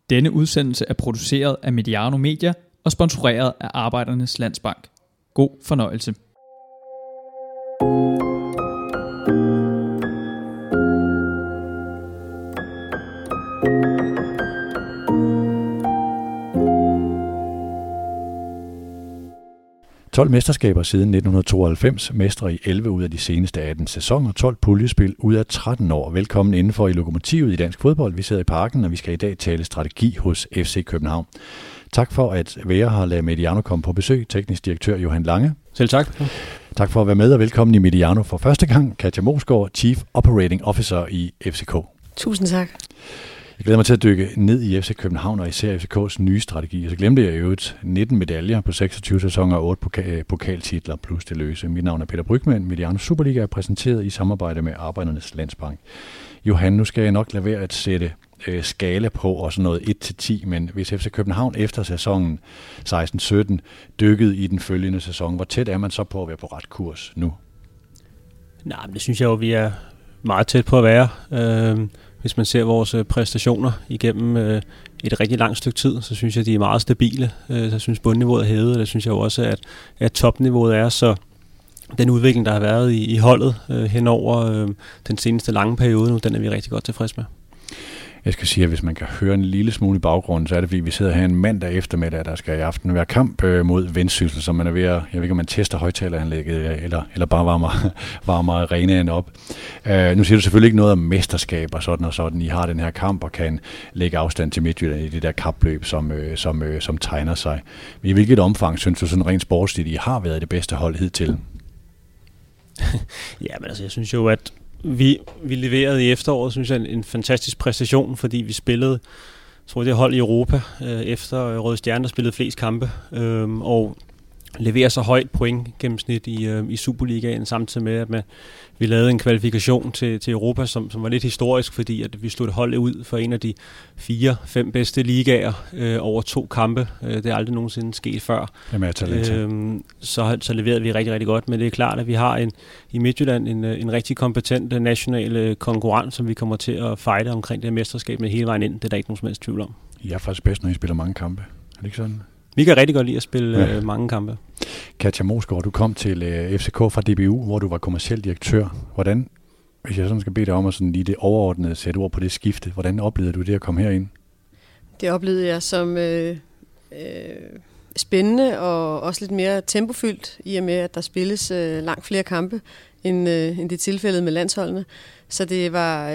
Denne udsendelse er produceret af Mediano Media og sponsoreret af Arbejdernes Landsbank. God fornøjelse. ...12 mesterskaber siden 1992, mestre i 11 ud af de seneste 18 sæsoner, 12 puljespil ud af 13 år. Velkommen indenfor i Lokomotivet i dansk fodbold. Vi sidder i Parken, og vi skal i dag tale strategi hos FC København. Tak for at være her, lade Mediano komme på besøg. Teknisk direktør Johan Lange. Selv tak. Tak for at være med, og velkommen i Mediano for første gang. Katja Mosgaard, Chief Operating Officer i FCK. Tusind tak. Jeg glæder mig til at dykke ned i FC København og især FCK's nye strategi. Så glemte jeg jo 19 medaljer på 26 sæsoner og 8 pokaltitler plus det løse. Mit navn er Peter Brygmann. Mediano Superliga er præsenteret i samarbejde med Arbejdernes Landsbank. Johan, nu skal jeg nok lade være at sætte skala på og sådan noget 1-10, men hvis FC København efter sæsonen 16-17 dykkede i den følgende sæson, hvor tæt er man så på at være på ret kurs nu? Nej, men det synes jeg jo, vi er meget tæt på at være. Hvis man ser vores præstationer igennem et rigtig langt stykke tid, så synes jeg, de er meget stabile. Så jeg synes, bundniveauet er hævet, og det synes jeg også, at topniveauet er. Så den udvikling, der har været i holdet henover den seneste lange periode nu, den er vi rigtig godt tilfreds med. Jeg skal sige, at hvis man kan høre en lille smule i baggrunden, så er det, fordi vi sidder her en mandag eftermiddag, der skal i aften være kamp mod Vendsyssel, så man er ved at, jeg ved ikke, om man tester højtaleranlægget, eller bare varmer arenaen op. Nu siger du selvfølgelig ikke noget om mesterskab og sådan. I har den her kamp og kan lægge afstand til Midtjylland i det der kapløb, som tegner sig. Men i hvilket omfang synes du sådan rent sportsligt, I har været det bedste hold hidtil? Ja, men altså, jeg synes jo, at vi leverede i efteråret, synes jeg, en fantastisk præstation, fordi vi spillede, tror jeg, det hold i Europa, efter Røde Stjerne, der spillede flest kampe, og leverer så højt pointgennemsnit i Superligaen, samtidig med, at vi lavede en kvalifikation til Europa, som var lidt historisk, fordi at vi slog et hold ud for en af de 4-5 bedste ligaer over 2 kampe. Det er aldrig nogensinde sket før. Så leverede vi rigtig, rigtig godt, men det er klart, at vi har i Midtjylland en rigtig kompetent national konkurrent, som vi kommer til at fighte omkring det mesterskab med hele vejen ind. Det er der ikke nogen som helst tvivl om. I er faktisk bedst, når I spiller mange kampe. Er det ikke sådan? Vi kan rigtig godt lide at spille mange kampe. Katja Mosgaard, du kom til FCK fra DBU, hvor du var kommerciel direktør. Hvordan, hvis jeg sådan skal bede dig om at sådan lige det overordnede sætte ord på det skifte, hvordan oplevede du det at komme herind? Det oplevede jeg som spændende og også lidt mere tempofyldt, i og med, at der spilles langt flere kampe, end det tilfældet med landsholdene. Så det var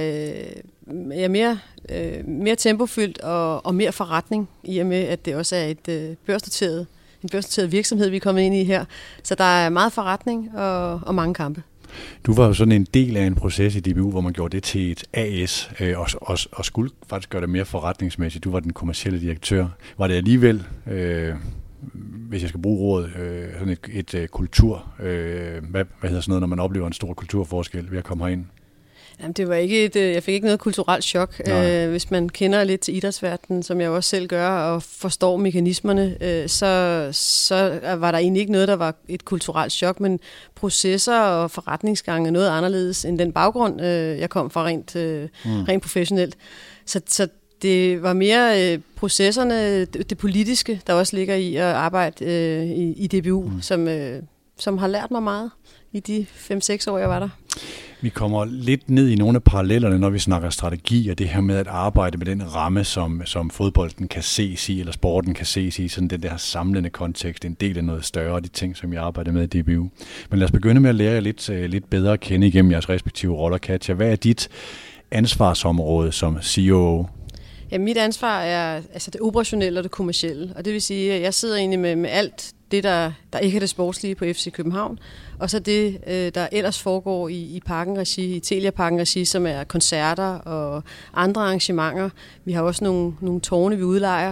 mere tempofyldt og mere forretning, i og med, at det også er en børsnoteret virksomhed, vi er kommet ind i her. Så der er meget forretning og mange kampe. Du var jo sådan en del af en proces i DBU, hvor man gjorde det til et AS, og skulle faktisk gøre det mere forretningsmæssigt. Du var den kommercielle direktør. Var det alligevel, hvis jeg skal bruge ordet, sådan et kultur, hvad hedder sådan noget, når man oplever en stor kulturforskel ved at komme herind? Jamen, det var ikke jeg fik ikke noget kulturelt chok. Hvis man kender lidt til idrætsverdenen, som jeg også selv gør, og forstår mekanismerne, så var der egentlig ikke noget, der var et kulturelt chok, men processer og forretningsgange er noget anderledes end den baggrund, jeg kom fra rent professionelt. Så det var mere processerne, det politiske, der også ligger i at arbejde i DBU, som har lært mig meget i de 5-6 år, jeg var der. Vi kommer lidt ned i nogle af parallellerne, når vi snakker strategi, og det her med at arbejde med den ramme, som fodbolden kan ses i, eller sporten kan ses i, sådan den der samlende kontekst, en del af noget større, de ting, som jeg arbejder med i DBU. Men lad os begynde med at lære jer lidt bedre at kende igennem jeres respektive roller, Katja. Hvad er dit ansvarsområde som CEO? Ja, mit ansvar er altså det operationelle og det kommercielle, og det vil sige, at jeg sidder egentlig med alt det, der ikke er det sportslige på FC København, og så det, der ellers foregår i Parken-regi, i Telia-Parken-regi, som er koncerter og andre arrangementer. Vi har også nogle tårne, vi udlejer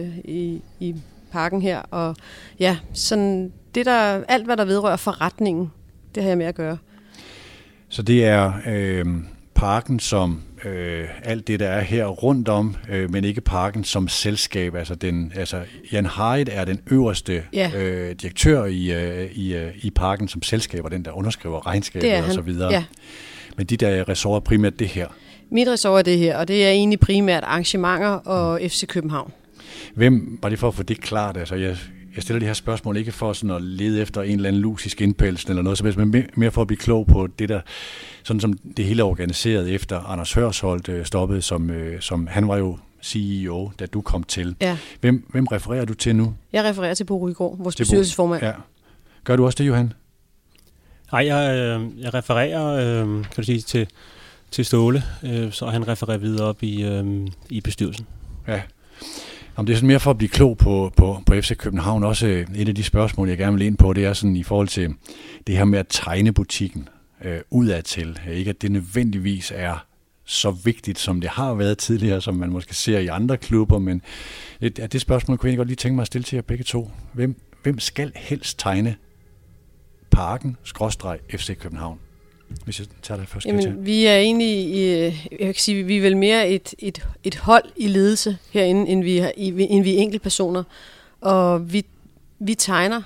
i parken her, og ja, sådan alt, hvad der vedrører forretningen, det har jeg med at gøre. Så det er parken som alt det, der er her rundt om, men ikke parken som selskab. Altså Jan Harit er den øverste direktør i parken som selskab, og den, der underskriver regnskabet og så videre. Ja. Men de der ressorter primært det her. Mit ressort er det her, og det er egentlig primært arrangementer og FC København. Hvem, bare lige for at få det klart, altså jeg stiller de her spørgsmål ikke for sådan at lede efter en eller anden lusisk indpælsen eller noget som helst, men mere for at blive klog på det der, sådan som det hele er organiseret efter Anders Hørsholt stoppede, som han var jo CEO, da du kom til. Ja. Hvem refererer du til nu? Jeg refererer til Bo Rygaard, vores bestyrelsesformand. Ja. Gør du også det, Johan? Nej, jeg refererer kan du sige, til Ståle, så han refererer videre op i bestyrelsen. Ja. Om det er sådan mere for at blive klog på FC København, også et af de spørgsmål, jeg gerne vil ind på, det er sådan i forhold til det her med at tegne butikken udadtil. Ikke at det nødvendigvis er så vigtigt, som det har været tidligere, som man måske ser i andre klubber, men det spørgsmål kunne jeg godt lige tænke mig at stille til jer begge to. Hvem skal helst tegne Parken / FC København? Hvis jeg tager det først. Jamen, vi er egentlig, jeg kan sige, vi er vel mere et hold i ledelse herinde, end vi er enkeltpersoner. Og vi tegner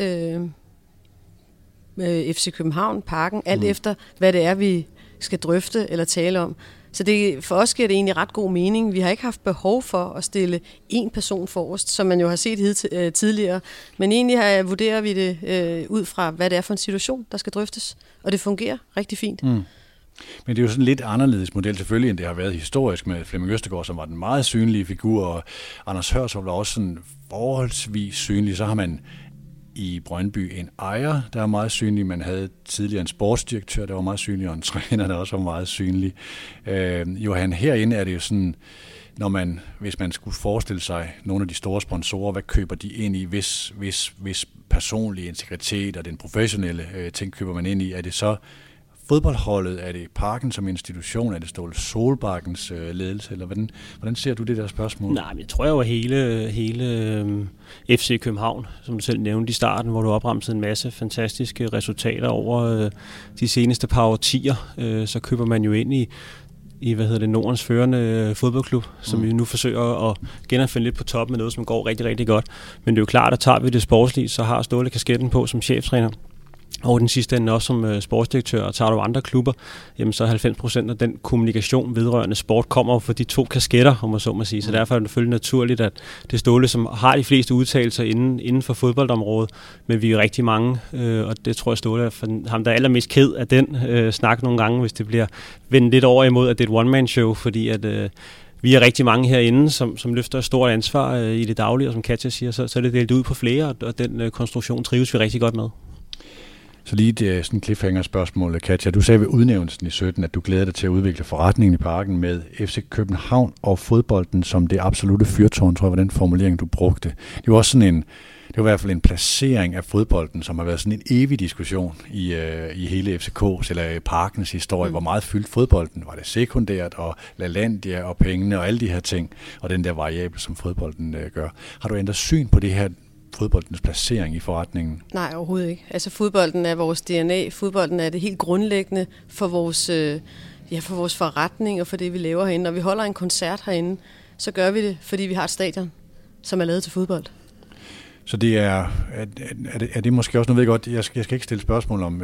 FC København, Parken, alt efter, hvad det er, vi skal drøfte eller tale om. Så for os giver det egentlig ret god mening. Vi har ikke haft behov for at stille én person forrest, som man jo har set tidligere. Men egentlig vurderer vi det ud fra, hvad det er for en situation, der skal drøftes. Og det fungerer rigtig fint. Mm. Men det er jo sådan en lidt anderledes model selvfølgelig, end det har været historisk med Flemming Østergaard, som var den meget synlige figur, og Anders Hørsholt var også sådan forholdsvis synlig. Så har man i Brøndby en ejer, der er meget synlig. Man havde tidligere en sportsdirektør, der var meget synlig, og en træner, der også var meget synlig. Johan, herinde er det jo sådan, hvis man skulle forestille sig nogle af de store sponsorer, hvad køber de ind i, hvis personlig integritet og den professionelle ting køber man ind i? Er det så fodboldholdet? Er det Parken som institution? Er det Ståle Solbakkens ledelse? Eller hvordan ser du det der spørgsmål? Nej, men jeg tror jo, at hele FC København, som du selv nævnte i starten, hvor du opremsede en masse fantastiske resultater over de seneste par årtier, så køber man jo ind i Nordens førende fodboldklub, som vi nu forsøger at genopfinde lidt på toppen med noget, som går rigtig, rigtig godt. Men det er jo klart, at tager vi det sportslige, så har Ståle kasketten på som cheftræner. Og den sidste ende også som sportsdirektør, og tager du andre klubber, jamen så 90% af den kommunikation vedrørende sport kommer fra de to kasketter, om man så må sige. Så derfor er det selvfølgelig naturligt, at det er Ståle, som har de fleste udtalelser inden for fodboldområdet, men vi er jo rigtig mange, og det tror jeg Ståle er for ham, der er allermest ked af den snak nogle gange, hvis det bliver vendt lidt over imod, at det er et one-man-show, fordi at vi er rigtig mange herinde, som løfter et stort ansvar i det daglige, og som Katja siger, så er det delt ud på flere, og den konstruktion trives vi rigtig godt med. Så lige sådan et cliffhanger-spørgsmål, Katja. Du sagde ved udnævnelsen i 17, at du glæder dig til at udvikle forretningen i Parken med FC København og fodbolden som det absolutte fyrtårn, tror jeg, var den formulering, du brugte. Det var også sådan det var i hvert fald en placering af fodbolden, som har været sådan en evig diskussion i hele FCK's eller Parkens historie. Hvor meget fyldt fodbolden? Var det sekundært, og LaLandia og pengene og alle de her ting, og den der variable, som fodbolden gør. Har du ændret syn på det her fodboldens placering i forretningen? Nej, overhovedet ikke. Altså fodbolden er vores DNA. Fodbolden er det helt grundlæggende for vores forretning og for det, vi laver herinde. Når vi holder en koncert herinde, så gør vi det, fordi vi har et stadion, som er lavet til fodbold. Så det er det måske også, nu ved jeg godt, jeg skal ikke stille spørgsmål om,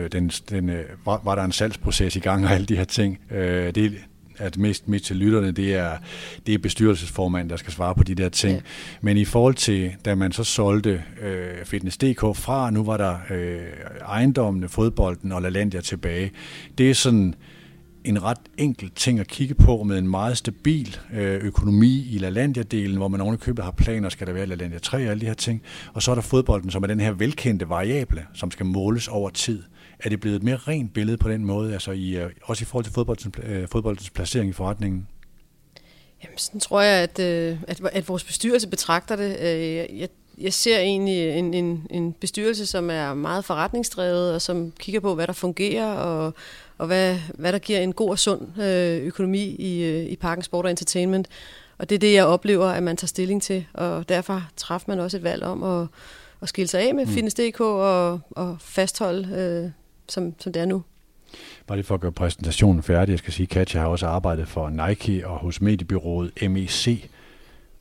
var der en salgsproces i gang og alle de her ting. Det at mest til lytterne, det er bestyrelsesformanden, der skal svare på de der ting. Ja. Men i forhold til, da man så solgte Fitness.dk fra, nu var der ejendommene, fodbolden og LaLandia tilbage. Det er sådan en ret enkel ting at kigge på med en meget stabil økonomi i LaLandia-delen, hvor man ovenikøbet har planer, skal der være LaLandia 3 og alle de her ting. Og så er der fodbolden, som er den her velkendte variable, som skal måles over tid. Er det blevet et mere rent billede på den måde, altså også i forhold til fodboldens placering i forretningen? Jamen, sådan tror jeg, at vores bestyrelse betragter det. Jeg ser egentlig en bestyrelse, som er meget forretningsdrevet, og som kigger på, hvad der fungerer, og hvad der giver en god og sund økonomi i Parken Sport og Entertainment. Og det er det, jeg oplever, at man tager stilling til, og derfor træffer man også et valg om at skille sig af med Fitness.dk og fastholde, som det er nu. Bare lige for at gøre præsentationen færdig, jeg skal sige, at Katja har også arbejdet for Nike og hos mediebureauet MEC.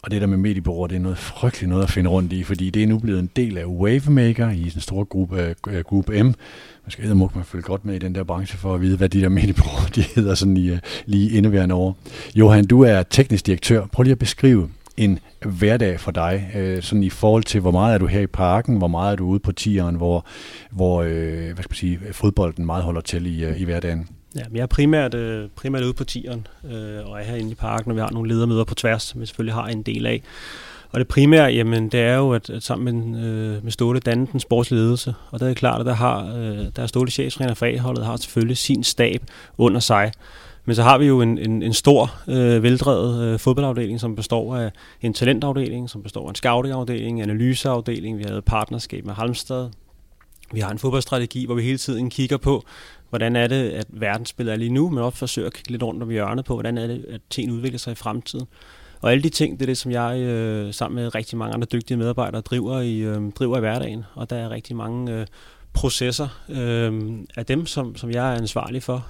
Og det der med mediebureauer, det er noget frygteligt noget at finde rundt i, fordi det er nu blevet en del af Wavemaker i den store gruppe M. Man skal eddermukke følge godt med i den der branche for at vide, hvad de der mediebureauer, de hedder sådan lige indeværende år. Johan, du er teknisk direktør. Prøv lige at beskrive en hverdag for dig, sådan i forhold til, hvor meget er du her i parken, hvor meget er du ude på tieren, hvor fodbolden meget holder til i hverdagen? Ja, jeg er primært ude på tieren, og er herinde i parken, og vi har nogle ledermøder på tværs, som vi selvfølgelig har en del af. Og det primære, jamen, det er jo, at sammen med Ståle danne den sportsledelse, og der er klart, at der er Ståle cheftræner for A-holdet, har selvfølgelig sin stab under sig. Men så har vi jo en stor, veldrevet fodboldafdeling, som består af en talentafdeling, som består af en scoutingafdeling, en analyseafdeling, vi har et partnerskab med Halmstad. Vi har en fodboldstrategi, hvor vi hele tiden kigger på, hvordan er det, at verdensspillet er lige nu, men også forsøger at kigge lidt rundt om hjørnet på, hvordan er det, at ting udvikler sig i fremtiden. Og alle de ting, det er det, som jeg sammen med rigtig mange andre dygtige medarbejdere driver i hverdagen. Og der er rigtig mange processer af dem, som jeg er ansvarlig for.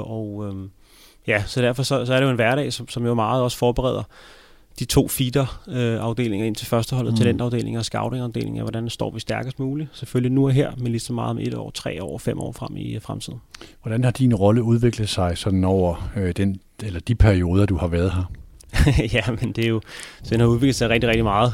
Så derfor så er det jo en hverdag, som jo meget også forbereder de 2 feeder-afdelinger ind til førsteholdet, talentafdelinger og scouting-afdelinger, hvordan står vi stærkest muligt. Selvfølgelig nu og her, men lige så meget om 1 år, 3 år, 5 år frem i fremtiden. Hvordan har din rolle udviklet sig sådan over de perioder, du har været her? Ja, men det er jo, så den har udviklet sig rigtig, rigtig meget.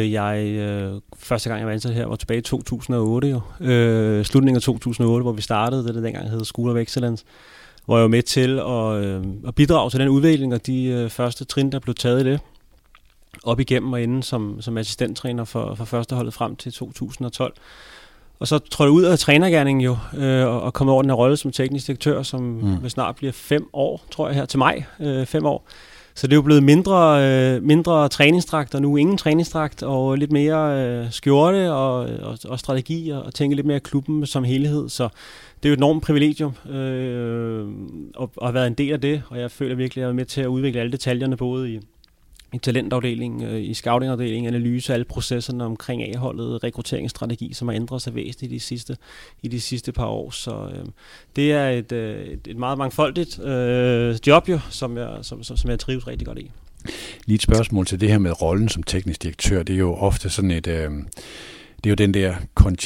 Første gang jeg var ansat her var tilbage i 2008 jo. Slutningen af 2008, hvor vi startede, det dengang hed School of Excellence, hvor jeg var med til at bidrage til den udvikling, og de første trin, der blev taget i det, op igennem og inden som assistenttræner for førsteholdet frem til 2012. Og så trådte jeg ud af trænergerningen jo, og kom over den her rolle som teknisk direktør, som snart bliver 5 år, tror jeg her, til maj, 5 år. Så det er jo blevet mindre træningsdragt, og nu ingen træningsdragt, og lidt mere skjorte og strategi, og tænke lidt mere klubben som helhed. Så det er jo et enormt privilegium at have været en del af det, og jeg føler virkelig, at jeg er med til at udvikle alle detaljerne, både i talentafdelingen, i scoutingafdelingen, analyse, alle processerne omkring A-holdet, rekrutteringsstrategi, som har ændret sig væsentligt i de sidste par år. Så det er et meget mangfoldigt job, jo, som jeg trives rigtig godt i. Lige et spørgsmål til det her med rollen som teknisk direktør. Det er jo ofte sådan det er jo den der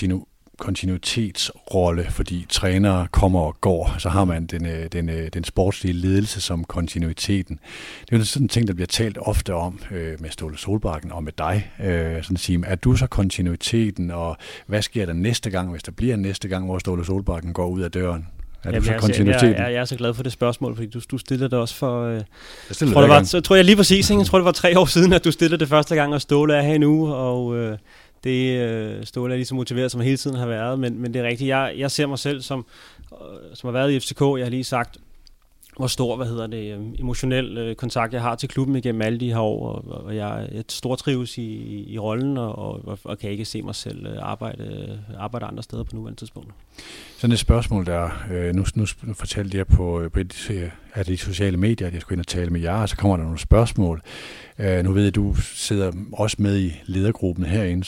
kontinuitetsrolle, fordi trænere kommer og går, så har man den sportslige ledelse som kontinuiteten. Det er jo sådan en ting, der bliver talt ofte om med Ståle Solbakken og med dig. Sådan at sige, er du så kontinuiteten, og hvad sker der næste gang, hvis der bliver næste gang, hvor Ståle Solbakken går ud af døren? Jeg er så glad for det spørgsmål, fordi du stillede det også for... Jeg tror jeg lige præcis, jeg tror det var 3 år siden, at du stillede det første gang, og Ståle er her nu, og... Ståle er lige så motiveret, som hele tiden har været, men det er rigtigt. Jeg ser mig selv som har været i FCK. Jeg har lige sagt, hvor stor, emotionel kontakt jeg har til klubben igennem alle de her år, og jeg stortrives i rollen, og kan ikke se mig selv arbejde andre steder på nuværende tidspunkt. Sådan et spørgsmål der, nu fortalte jeg på de sociale medier, at jeg skulle ind og tale med jer, og så kommer der nogle spørgsmål. Nu ved jeg, at du sidder også med i ledergruppen herinde,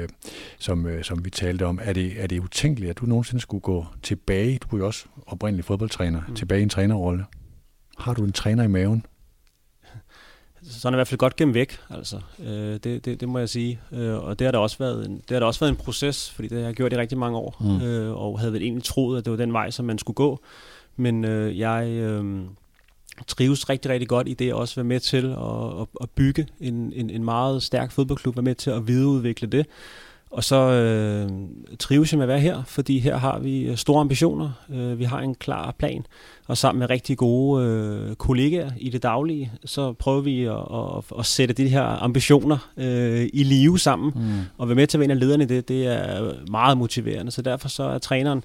som vi talte om. Er det utænkeligt, at du nogensinde skulle gå tilbage? Du er jo også oprindelig fodboldtræner, tilbage i en trænerrolle. Har du en træner i maven? Sådan er i hvert fald godt gennem væk, altså. Det må jeg sige. Og det har da også været en proces, fordi det har jeg gjort i rigtig mange år, og havde vel egentlig troet, at det var den vej, som man skulle gå. Men jeg trives rigtig, rigtig godt i det, også være med til at bygge en meget stærk fodboldklub, være med til at videreudvikle det. Og så trives jeg med at være her, fordi her har vi store ambitioner, vi har en klar plan, og sammen med rigtig gode kollegaer i det daglige, så prøver vi at sætte de her ambitioner i live sammen, og være med til at være en af lederne i det er meget motiverende, så derfor så er træneren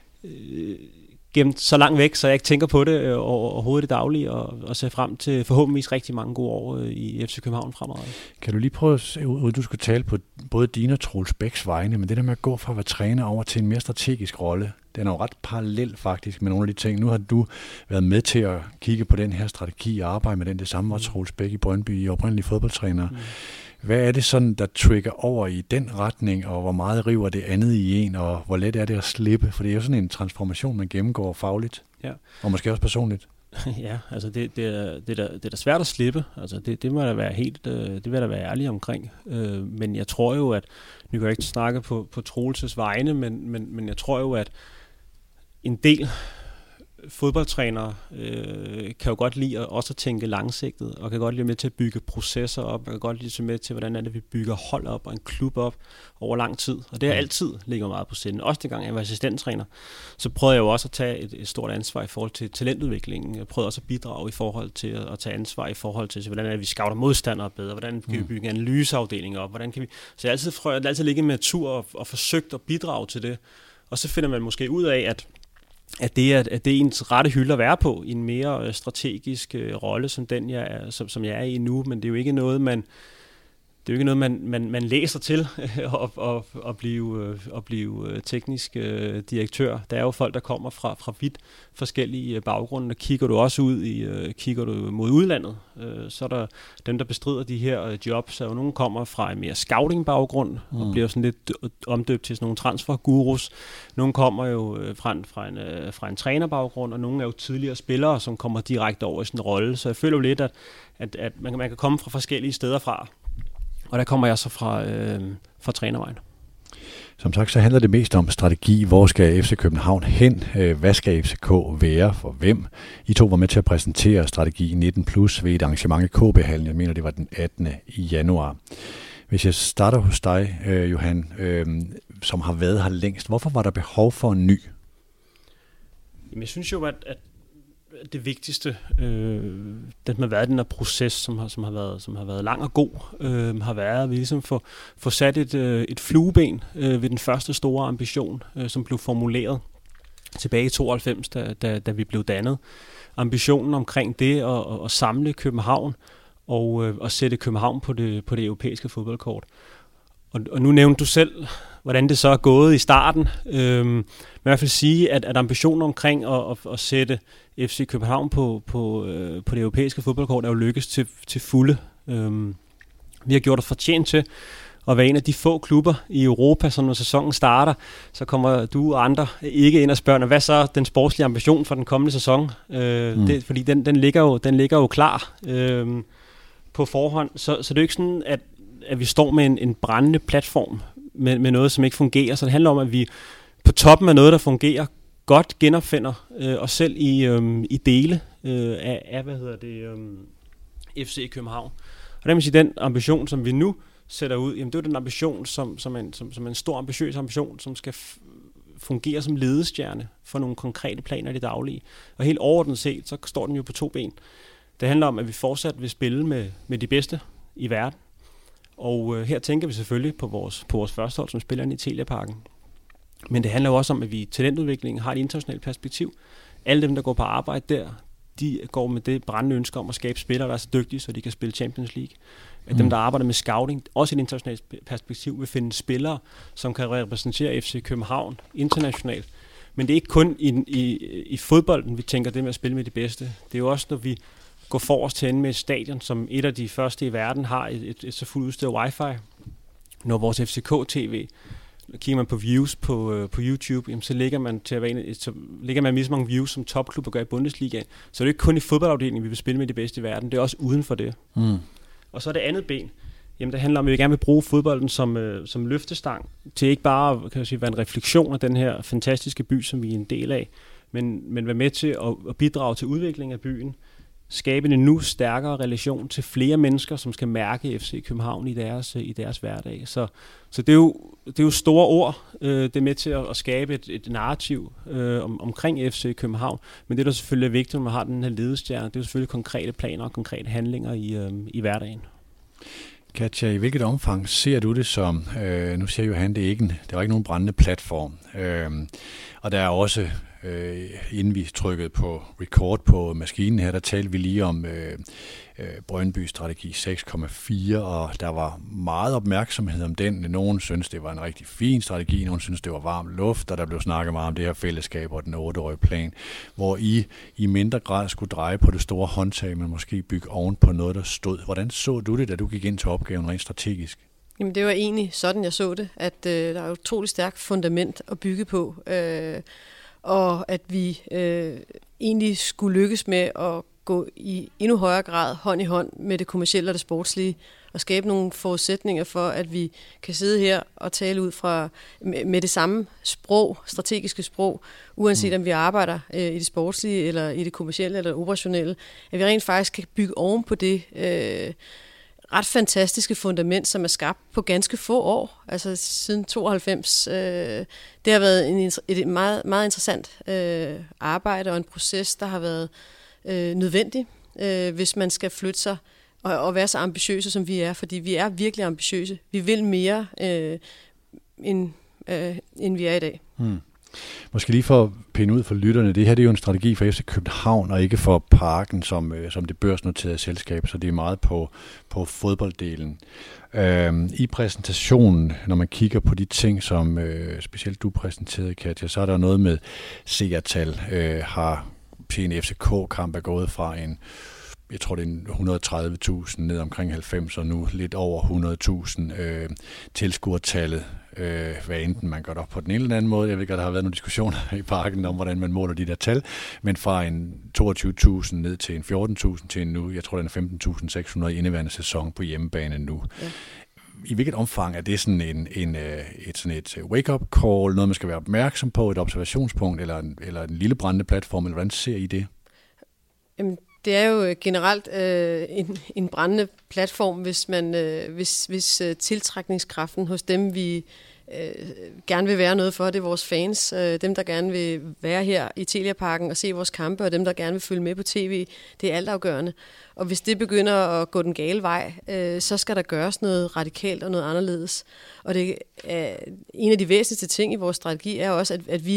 gemt så langt væk, så jeg ikke tænker på det overhovedet det daglige, og ser frem til forhåbentligvis rigtig mange gode år i FC København fremadrettet. Kan du lige prøve at se ud, du skulle tale på både dine og Troels Bæks vegne, men det der med at gå fra at være træner over til en mere strategisk rolle, den er jo ret parallel faktisk med nogle af de ting. Nu har du været med til at kigge på den her strategi og arbejde med den. Det samme var Troels Bæk i Brøndby, oprindelig fodboldtræner. Hvad er det sådan, der trigger over i den retning, og hvor meget river det andet i en, og hvor let er det at slippe? For det er jo sådan en transformation, man gennemgår fagligt, og måske også personligt. Ja, altså det er da svært at slippe. Altså det må da være helt, det vil da være ærlig omkring. Men jeg tror jo, at nu kan jeg ikke snakke på Troelses vegne, men jeg tror jo, at en del fodboldtrænere kan jo godt lide også at tænke langsigtet, og kan godt lide med til at bygge processer op, og kan godt lide med til, hvordan er det, vi bygger hold op og en klub op over lang tid. Og det har altid ligget meget på sinde. Også dengang jeg var assistenttræner, så prøvede jeg jo også at tage et stort ansvar i forhold til talentudviklingen. Jeg prøvede også at bidrage i forhold til at tage ansvar i forhold til, hvordan er det, vi scouter modstandere bedre, hvordan kan vi bygge analyseafdelinger op, hvordan kan vi... Så jeg har altid ligget med tur og forsøgt at bidrage til det. Og så finder man måske ud af, at det er ens rette hylde at være på i en mere strategisk rolle, som den som jeg er i nu, men det er jo ikke noget, man læser til at blive teknisk direktør. Der er jo folk, der kommer fra vidt forskellige baggrunde, og kigger du mod udlandet, så er der dem, der bestrider de her jobs, så nogen kommer fra en mere scouting-baggrund, og bliver sådan lidt omdøbt til sådan nogle transfer-gurus. Nogle kommer jo fra en trænerbaggrund, og nogle er jo tidligere spillere, som kommer direkte over i sådan en rolle. Så jeg føler jo lidt, at man kan komme fra forskellige steder fra. Og der kommer jeg så fra trænervejen. Som sagt, så handler det mest om strategi. Hvor skal FC København hen? Hvad skal FCK være for hvem? I to var med til at præsentere strategi 19+ ved et arrangement i KB-hallen. Jeg mener, det var den 18. i januar. Hvis jeg starter hos dig, Johan, som har været her længst. Hvorfor var der behov for en ny? Jamen, jeg synes jo, at det vigtigste, den har været den her proces, som har været lang og god, har været at vi ligesom få sat et flueben ved den første store ambition, som blev formuleret tilbage i 92, da vi blev dannet. Ambitionen omkring det at samle København og sætte København på det europæiske fodboldkort. Og nu nævnte du selv, hvordan det så er gået i starten. Men i hvert fald sige, at ambitionen omkring at sætte FC København på det europæiske fodboldkort er jo lykkes til fulde. Vi har gjort os fortjent til at være en af de få klubber i Europa, så når sæsonen starter, så kommer du og andre ikke ind og spørger, hvad så den sportslige ambition for den kommende sæson? Fordi den ligger jo klar på forhånd. Så det er jo ikke sådan, at vi står med en brændende platform med noget, som ikke fungerer. Så det handler om, at vi på toppen af noget, der fungerer, godt genopfinder os selv i dele af FC København. Og det vil sige, den ambition, som vi nu sætter ud, jamen det er den ambition, som er en stor ambitiøs ambition, som skal fungere som ledestjerne for nogle konkrete planer i det daglige. Og helt overordnet set, så står den jo på 2 ben. Det handler om, at vi fortsat vil spille med de bedste i verden. Og her tænker vi selvfølgelig på vores førstehold, som spiller i Telia-parken. Men det handler jo også om, at vi i talentudviklingen har et internationalt perspektiv. Alle dem, der går på arbejde der, de går med det brændende ønske om at skabe spillere, der er så dygtige, så de kan spille Champions League. At dem, der arbejder med scouting, også i et internationalt perspektiv, vil finde spillere, som kan repræsentere FC København internationalt. Men det er ikke kun i fodbolden, vi tænker det med at spille med de bedste. Det er jo også, når vi går forrest til ende med et stadion, som et af de første i verden har et så fuldt udstyret wifi. Når vores FCK-TV, kigger man på views på YouTube, jamen, så ligger man lige så mange views, som topklubber gør i Bundesligaen. Så det er ikke kun i fodboldafdelingen, vi vil spille med de bedste i verden. Det er også uden for det. Og så er det andet ben. Jamen, det handler om, at vi gerne vil bruge fodbolden som løftestang til ikke bare være en refleksion af den her fantastiske by, som vi er en del af, men være med til at bidrage til udviklingen af byen, skabe en endnu stærkere relation til flere mennesker, som skal mærke FC København i deres hverdag. Så det er jo store ord. Det er med til at skabe et narrativ omkring FC København. Men det, der selvfølgelig er vigtigt, når man har den her ledestjerne, det er jo selvfølgelig konkrete planer og konkrete handlinger i hverdagen. Katja, i hvilket omfang ser du det som, nu siger Johan, der var ikke nogen brændende platform, og der er også, inden vi trykkede på record på maskinen her, der talte vi lige om Brøndby strategi 6,4, og der var meget opmærksomhed om den. Nogen synes, det var en rigtig fin strategi, nogen synes, det var varm luft, og der blev snakket meget om det her fællesskab og den 8-årige plan, hvor I mindre grad skulle dreje på det store håndtag, men måske bygge oven på noget, der stod. Hvordan så du det, da du gik ind til opgaven rent strategisk? Jamen, det var egentlig sådan, jeg så det, at der er et utroligt stærkt fundament at bygge på, og at vi egentlig skulle lykkes med at gå i endnu højere grad hånd i hånd med det kommercielle og det sportslige, og skabe nogle forudsætninger for, at vi kan sidde her og tale ud fra med det samme sprog, strategiske sprog, uanset om vi arbejder i det sportslige, eller i det kommercielle, eller det operationelle, at vi rent faktisk kan bygge oven på det ret fantastiske fundament, som er skabt på ganske få år, altså siden 92. Det har været et meget, meget interessant arbejde og en proces, der har været nødvendig, hvis man skal flytte sig og være så ambitiøse, som vi er, fordi vi er virkelig ambitiøse. Vi vil mere, end vi er i dag. Måske lige for at pinde ud for lytterne, det her det er jo en strategi for FC København, og ikke for Parken som det børsnoterede selskab, så det er meget på fodbolddelen. I præsentationen, når man kigger på de ting, som specielt du præsenterede, Katja, så er der noget med seertal, har til en FCK-kamp er gået fra jeg tror det er 130.000 ned omkring 90, og nu lidt over 100.000 tilskuertallet, hvad enten man gør det op på den ene eller anden måde. Jeg ved godt, der har været nogle diskussioner i Parken om, hvordan man måler de der tal, men fra en 22.000 ned til en 14.000 til en nu, jeg tror det er 15.600 i indeværende sæson på hjemmebane nu. Ja. I hvilket omfang er det sådan et wake-up call, noget man skal være opmærksom på, et observationspunkt, eller en lille brændende platform, eller hvordan ser I det? Jamen, det er jo generelt en brændende platform, hvis tiltrækningskraften hos dem, vi gerne vil være noget for, det er vores fans, dem, der gerne vil være her i Telia-parken og se vores kampe, og dem, der gerne vil følge med på tv, det er altafgørende. Og hvis det begynder at gå den gale vej, så skal der gøres noget radikalt og noget anderledes. Og det er en af de væsentligste ting i vores strategi er også,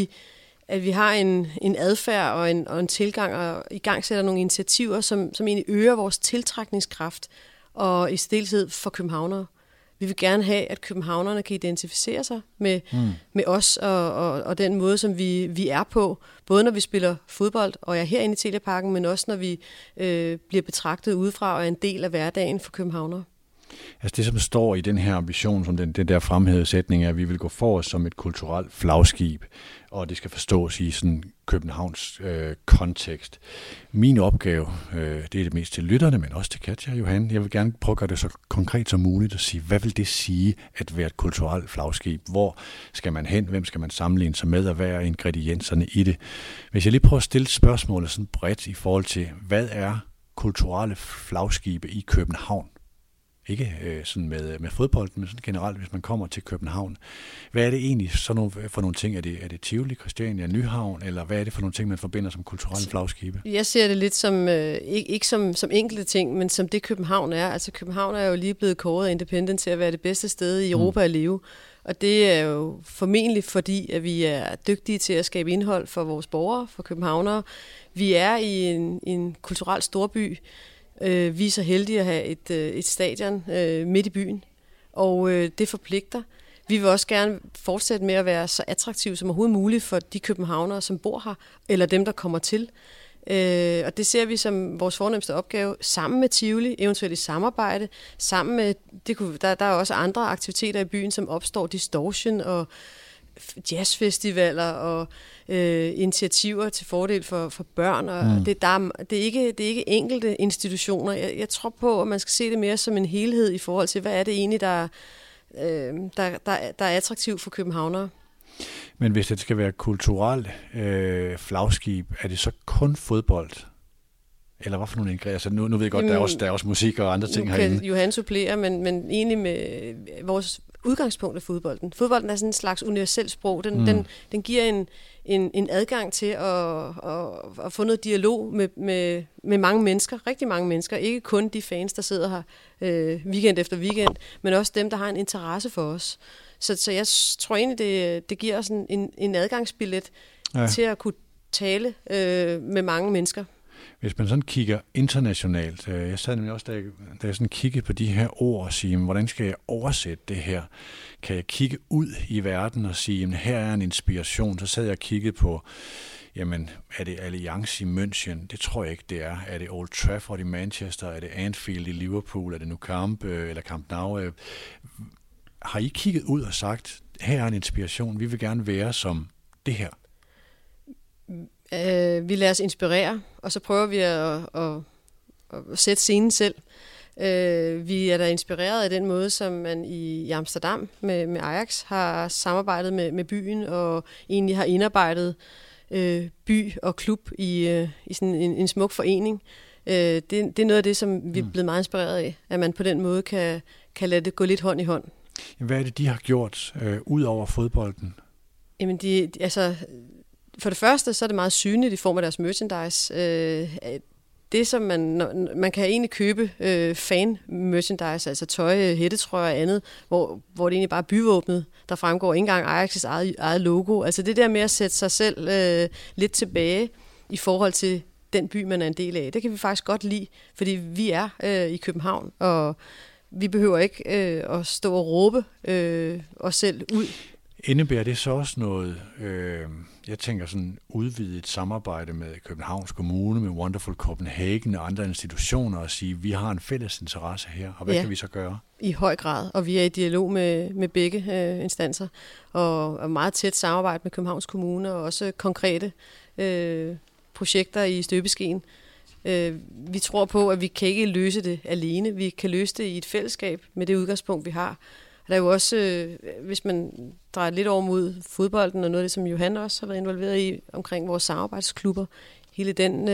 at vi har en adfærd og en tilgang og i gang sætter nogle initiativer, som egentlig øger vores tiltrækningskraft og i stilhed for københavnere. Vi vil gerne have, at københavnerne kan identificere sig med os og den måde, som vi er på, både når vi spiller fodbold og er herinde i Telia-parken, men også når vi bliver betragtet udefra og er en del af hverdagen for københavnere. Altså det, som står i den her ambition, som den der fremhævede sætning er, at vi vil gå forrest som et kulturelt flagskib, og det skal forstås i sådan Københavns kontekst. Min opgave, det er det mest til lytterne, men også til Katja og Johan. Jeg vil gerne prøve at gøre det så konkret som muligt og sige, hvad vil det sige at være et kulturelt flagskib? Hvor skal man hen? Hvem skal man sammenligne sig med? Og hvad er ingredienserne i det? Hvis jeg lige prøver at stille spørgsmålet sådan bredt i forhold til, hvad er kulturelle flagskibe i København? Ikke sådan med fodbold, men sådan generelt, hvis man kommer til København. Hvad er det egentlig for nogle ting? Er det Tivoli, Christiania, Nyhavn, eller hvad er det for nogle ting, man forbinder som kulturelle flagskibe? Jeg ser det lidt som, ikke som enkelte ting, men som det København er. Altså København er jo lige blevet kåret af Independent til at være det bedste sted i Europa at leve. Og det er jo formentlig fordi, at vi er dygtige til at skabe indhold for vores borgere, for københavnere. Vi er i en kulturel storby. Vi er så heldige at have et stadion midt i byen, og det forpligter. Vi vil også gerne fortsætte med at være så attraktive som overhovedet muligt for de københavnere, som bor her, eller dem, der kommer til. Og det ser vi som vores fornemste opgave, sammen med Tivoli, eventuelt i samarbejde, sammen med, der er også andre aktiviteter i byen, som opstår, Distortion og jazzfestivaler og initiativer til fordel for børn. Og det er ikke enkelte institutioner. Jeg tror på, at man skal se det mere som en helhed i forhold til, hvad er det egentlig, der er attraktivt for københavnere. Men hvis det skal være kulturelt flagskib, er det så kun fodbold? Eller hvad for nogle ingredienser? Altså, nu ved jeg godt, der er også musik og andre ting herinde. Kan Johan supplere, men egentlig med vores udgangspunkt af fodbolden. Fodbolden er sådan en slags universelt sprog. Den giver en adgang til at få noget dialog med mange mennesker, rigtig mange mennesker. Ikke kun de fans, der sidder her weekend efter weekend, men også dem, der har en interesse for os. Så jeg tror egentlig, det giver os en adgangsbillet til at kunne tale med mange mennesker. Hvis man sådan kigger internationalt, jeg sad nemlig også, da jeg sådan kiggede på de her ord og sige, hvordan skal jeg oversætte det her? Kan jeg kigge ud i verden og sige, jamen, her er en inspiration? Så sad jeg og kiggede på, jamen, er det Allianz i München? Det tror jeg ikke, det er. Er det Old Trafford i Manchester? Er det Anfield i Liverpool? Er det Nou Camp eller Camp Nou? Har I kigget ud og sagt, her er en inspiration, vi vil gerne være som det her? Vi lader os inspirere, og så prøver vi at sætte scenen selv. Vi er da inspireret af den måde, som man i Amsterdam med Ajax har samarbejdet med byen, og egentlig har indarbejdet by og klub i sådan en smuk forening. Det er noget af det, som vi er blevet meget inspireret af, at man på den måde kan lade det gå lidt hånd i hånd. Hvad er det, de har gjort ud over fodbolden? Jamen, for det første, så er det meget synligt i form af deres merchandise. Det, som man kan egentlig købe fan-merchandise, altså tøj, hættetrøjer og andet, hvor det egentlig bare er byvåbnet, der fremgår ikke engang Ajax' eget logo. Altså det der med at sætte sig selv lidt tilbage i forhold til den by, man er en del af, det kan vi faktisk godt lide, fordi vi er i København, og vi behøver ikke at stå og råbe os selv ud. Indebærer det så også noget, jeg tænker sådan udvidet samarbejde med Københavns Kommune, med Wonderful Copenhagen og andre institutioner, og sige, vi har en fælles interesse her, og hvad kan vi så gøre? I høj grad, og vi er i dialog med begge instanser, og meget tæt samarbejde med Københavns Kommune, og også konkrete projekter i støbeskeen. Vi tror på, at vi kan ikke løse det alene, vi kan løse det i et fællesskab med det udgangspunkt, vi har. Der er jo også, hvis man drejer lidt over mod fodbolden, og noget af det, som Johan også har været involveret i, omkring vores samarbejdsklubber, hele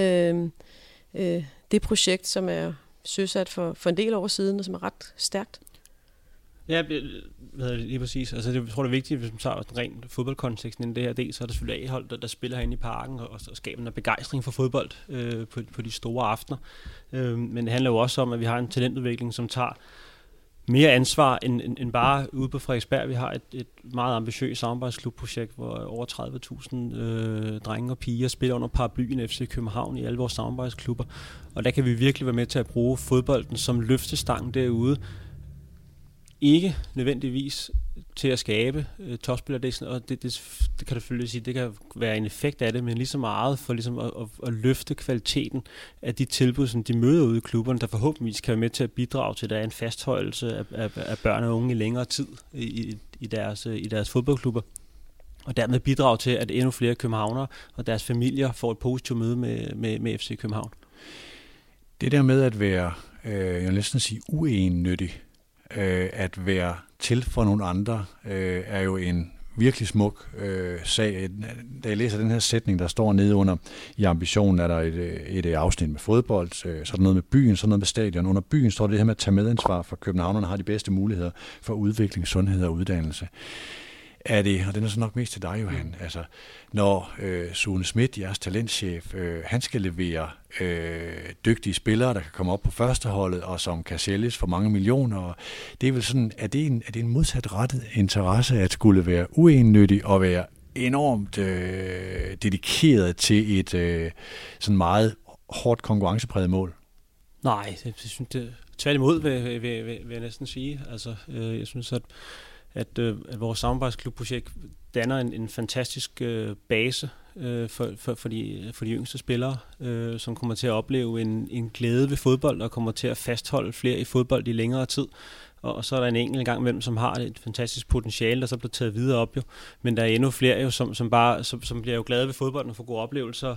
det projekt, som er søsat for en del år siden, og som er ret stærkt. Ja, lige præcis. Altså, jeg tror, det er vigtigt, hvis man tager den ren fodboldkonteksten inden det her del, så er der selvfølgelig A-hold, der spiller herinde i parken, og skaber en begejstring for fodbold på de store aftener. Men det handler jo også om, at vi har en talentudvikling, som tager mere ansvar end bare ude på Frederiksberg. Vi har et meget ambitiøst samarbejdsklubprojekt, hvor over 30.000 drenge og piger spiller under paraplyen FC København i alle vores samarbejdsklubber. Og der kan vi virkelig være med til at bruge fodbolden som løftestang derude. Ikke nødvendigvis til at skabe topspillerdæksen, og det kan du selvfølgelig sige, det kan være en effekt af det, men lige så meget for ligesom at løfte kvaliteten af de tilbud, som de møder ude i klubberne, der forhåbentlig kan være med til at bidrage til, at der er en fastholdelse af børn og unge i længere tid i deres fodboldklubber, og dermed bidrage til, at endnu flere københavnere og deres familier får et positivt møde med FC København. Det der med at være, jeg vil næsten sige, uegennyttig, at være til for nogle andre, er jo en virkelig smuk sag. Da jeg læser den her sætning, der står nede under i ambitionen, er der et afsnit med fodbold, så er der noget med byen, så er der noget med stadion. Under byen står det her med at tage medansvar for københavnerne har de bedste muligheder for udvikling, sundhed og uddannelse. Er det, og den er så nok mest til dig, Johan, altså når Sune Schmidt, jeres talentchef, han skal levere dygtige spillere, der kan komme op på førsteholdet, og som kan sælges for mange millioner, og det er vel sådan, er det en modsatrettet interesse at skulle være uegennyttig og være enormt dedikeret til et sådan meget hårdt konkurrencepræget mål? Nej, jeg synes det tværtimod vil jeg næsten sige. Altså, jeg synes, at vores samarbejdsklubprojekt danner en fantastisk base for de yngste spillere, som kommer til at opleve en glæde ved fodbold og kommer til at fastholde flere i fodbold i længere tid. Og så er der en enkelt gang imellem, som har et fantastisk potentiale, der så bliver taget videre op jo. Men der er endnu flere jo, som bliver jo glade ved fodbolden og får gode oplevelser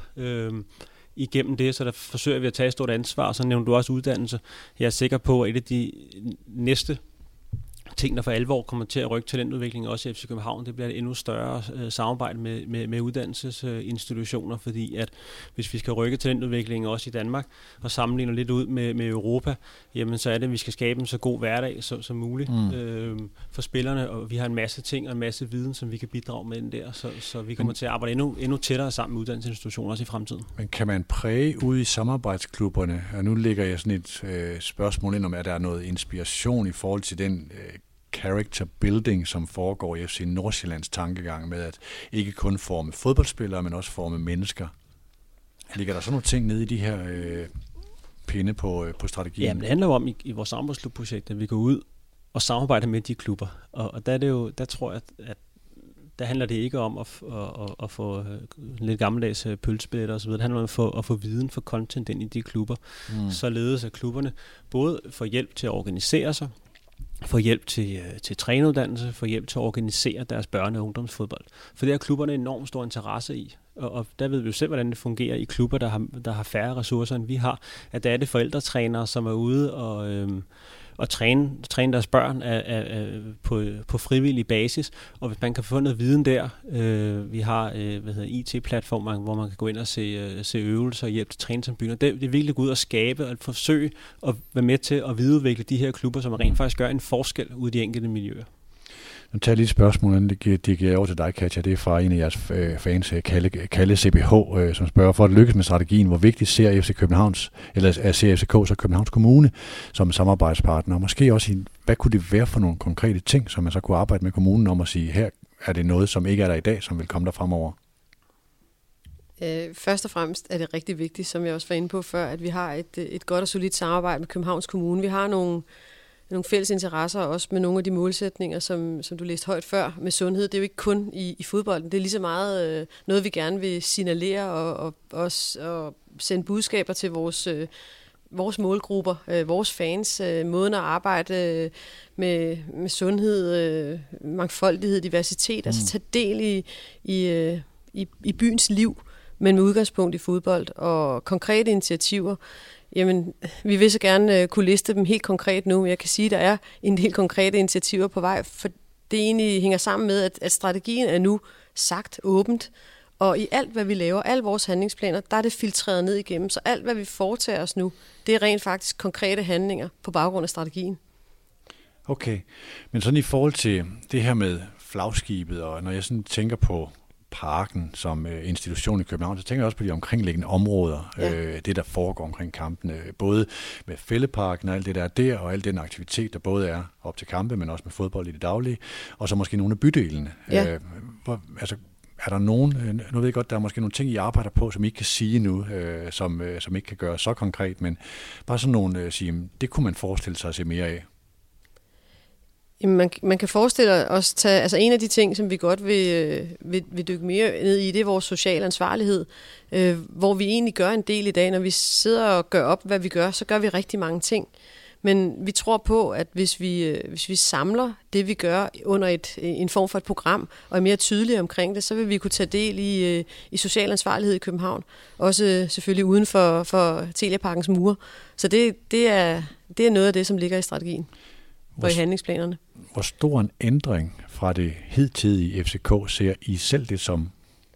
igennem det, så der forsøger vi at tage et stort ansvar. Så nævner du også uddannelse. Jeg er sikker på, at et af de næste ting, der for alvor kommer til at rykke talentudviklingen også i FC København, det bliver et endnu større samarbejde med uddannelsesinstitutioner, fordi at hvis vi skal rykke talentudviklingen også i Danmark og sammenligner lidt ud med Europa, jamen så er det, at vi skal skabe en så god hverdag som muligt for spillerne, og vi har en masse ting og en masse viden, som vi kan bidrage med den der, så vi kommer til at arbejde endnu tættere sammen med uddannelsesinstitutioner også i fremtiden. Men kan man præge ud i samarbejdsklubberne, og nu lægger jeg sådan et spørgsmål ind om, at der er noget inspiration i forhold til den character building, som foregår i FC Nordsjællands tankegang med at ikke kun forme fodboldspillere, men også forme mennesker. Ligger der sådan nogle ting nede i de her pinde på strategien? Ja, men det handler jo om i vores samarbejdsklubprojekt, at vi går ud og samarbejder med de klubber. Og der er det jo, der tror jeg, at der handler det ikke om at få lidt gammeldags pølsebilletter osv. Det handler om at få viden for content ind i de klubber, således at klubberne både får hjælp til at organisere sig, få hjælp til træneuddannelse, få hjælp til at organisere deres børne- og ungdomsfodbold. For det har klubberne enormt stor interesse i. Og der ved vi jo selv, hvordan det fungerer i klubber, der har færre ressourcer, end vi har. At der er det forældretrænere, som er ude og træne deres børn på frivillig basis. Og hvis man kan få noget viden der, vi har IT-platformer, hvor man kan gå ind og se øvelser og hjælpe til træning som bygger. Det er virkelig gå ud og skabe og forsøge at være med til at videreudvikle de her klubber, som rent faktisk gør en forskel ude i de enkelte miljøer. Nu tager jeg lige et spørgsmål, det giver over til dig, Katja. Det er fra en af jeres fans, Kalle CBH, som spørger, for at lykkes med strategien, hvor vigtigt ser ser FCK så Københavns Kommune som samarbejdspartner? Og måske også, hvad kunne det være for nogle konkrete ting, som man så kunne arbejde med kommunen om at sige, her er det noget, som ikke er der i dag, som vil komme der fremover? Først og fremmest er det rigtig vigtigt, som jeg også var inde på før, at vi har et godt og solidt samarbejde med Københavns Kommune. Vi har nogle fælles interesser, også med nogle af de målsætninger, som du læste højt før med sundhed. Det er jo ikke kun i fodbolden. Det er lige så meget noget, vi gerne vil signalere og sende budskaber til vores målgrupper, vores fans, måden at arbejde med sundhed, mangfoldighed, diversitet, altså tage del i byens liv, men med udgangspunkt i fodbold og konkrete initiativer. Jamen, vi vil så gerne kunne liste dem helt konkret nu, men jeg kan sige, at der er en del konkrete initiativer på vej, for det egentlig hænger sammen med, at strategien er nu sagt åbent, og i alt, hvad vi laver, alle vores handlingsplaner, der er det filtreret ned igennem, så alt, hvad vi foretager os nu, det er rent faktisk konkrete handlinger på baggrund af strategien. Okay, men sådan i forhold til det her med flagskibet, og når jeg sådan tænker på parken som institution i København, så tænker jeg også på de omkringliggende områder, det der foregår omkring kampene, både med Fælledparken og alt det der er der, og al den aktivitet, der både er op til kampe, men også med fodbold i det daglige, og så måske nogle af bydelene. Ja. Er der nogen, nu ved jeg godt, der er måske nogle ting, I arbejder på, som I ikke kan sige nu, som ikke kan gøre så konkret, men bare sådan nogle sige, det kunne man forestille sig at se mere af. Man kan forestille os altså en af de ting, som vi godt vil dykke mere ned i, det er vores sociale ansvarlighed, hvor vi egentlig gør en del i dag. Når vi sidder og gør op, hvad vi gør, så gør vi rigtig mange ting. Men vi tror på, at hvis vi samler det, vi gør under en form for et program, og er mere tydelige omkring det, så vil vi kunne tage del i social ansvarlighed i København. Også selvfølgelig uden for Teliaparkens mure. Så det er noget af det, som ligger i strategien og i handlingsplanerne. Hvor stor en ændring fra det hidtidige FCK ser I selv det som?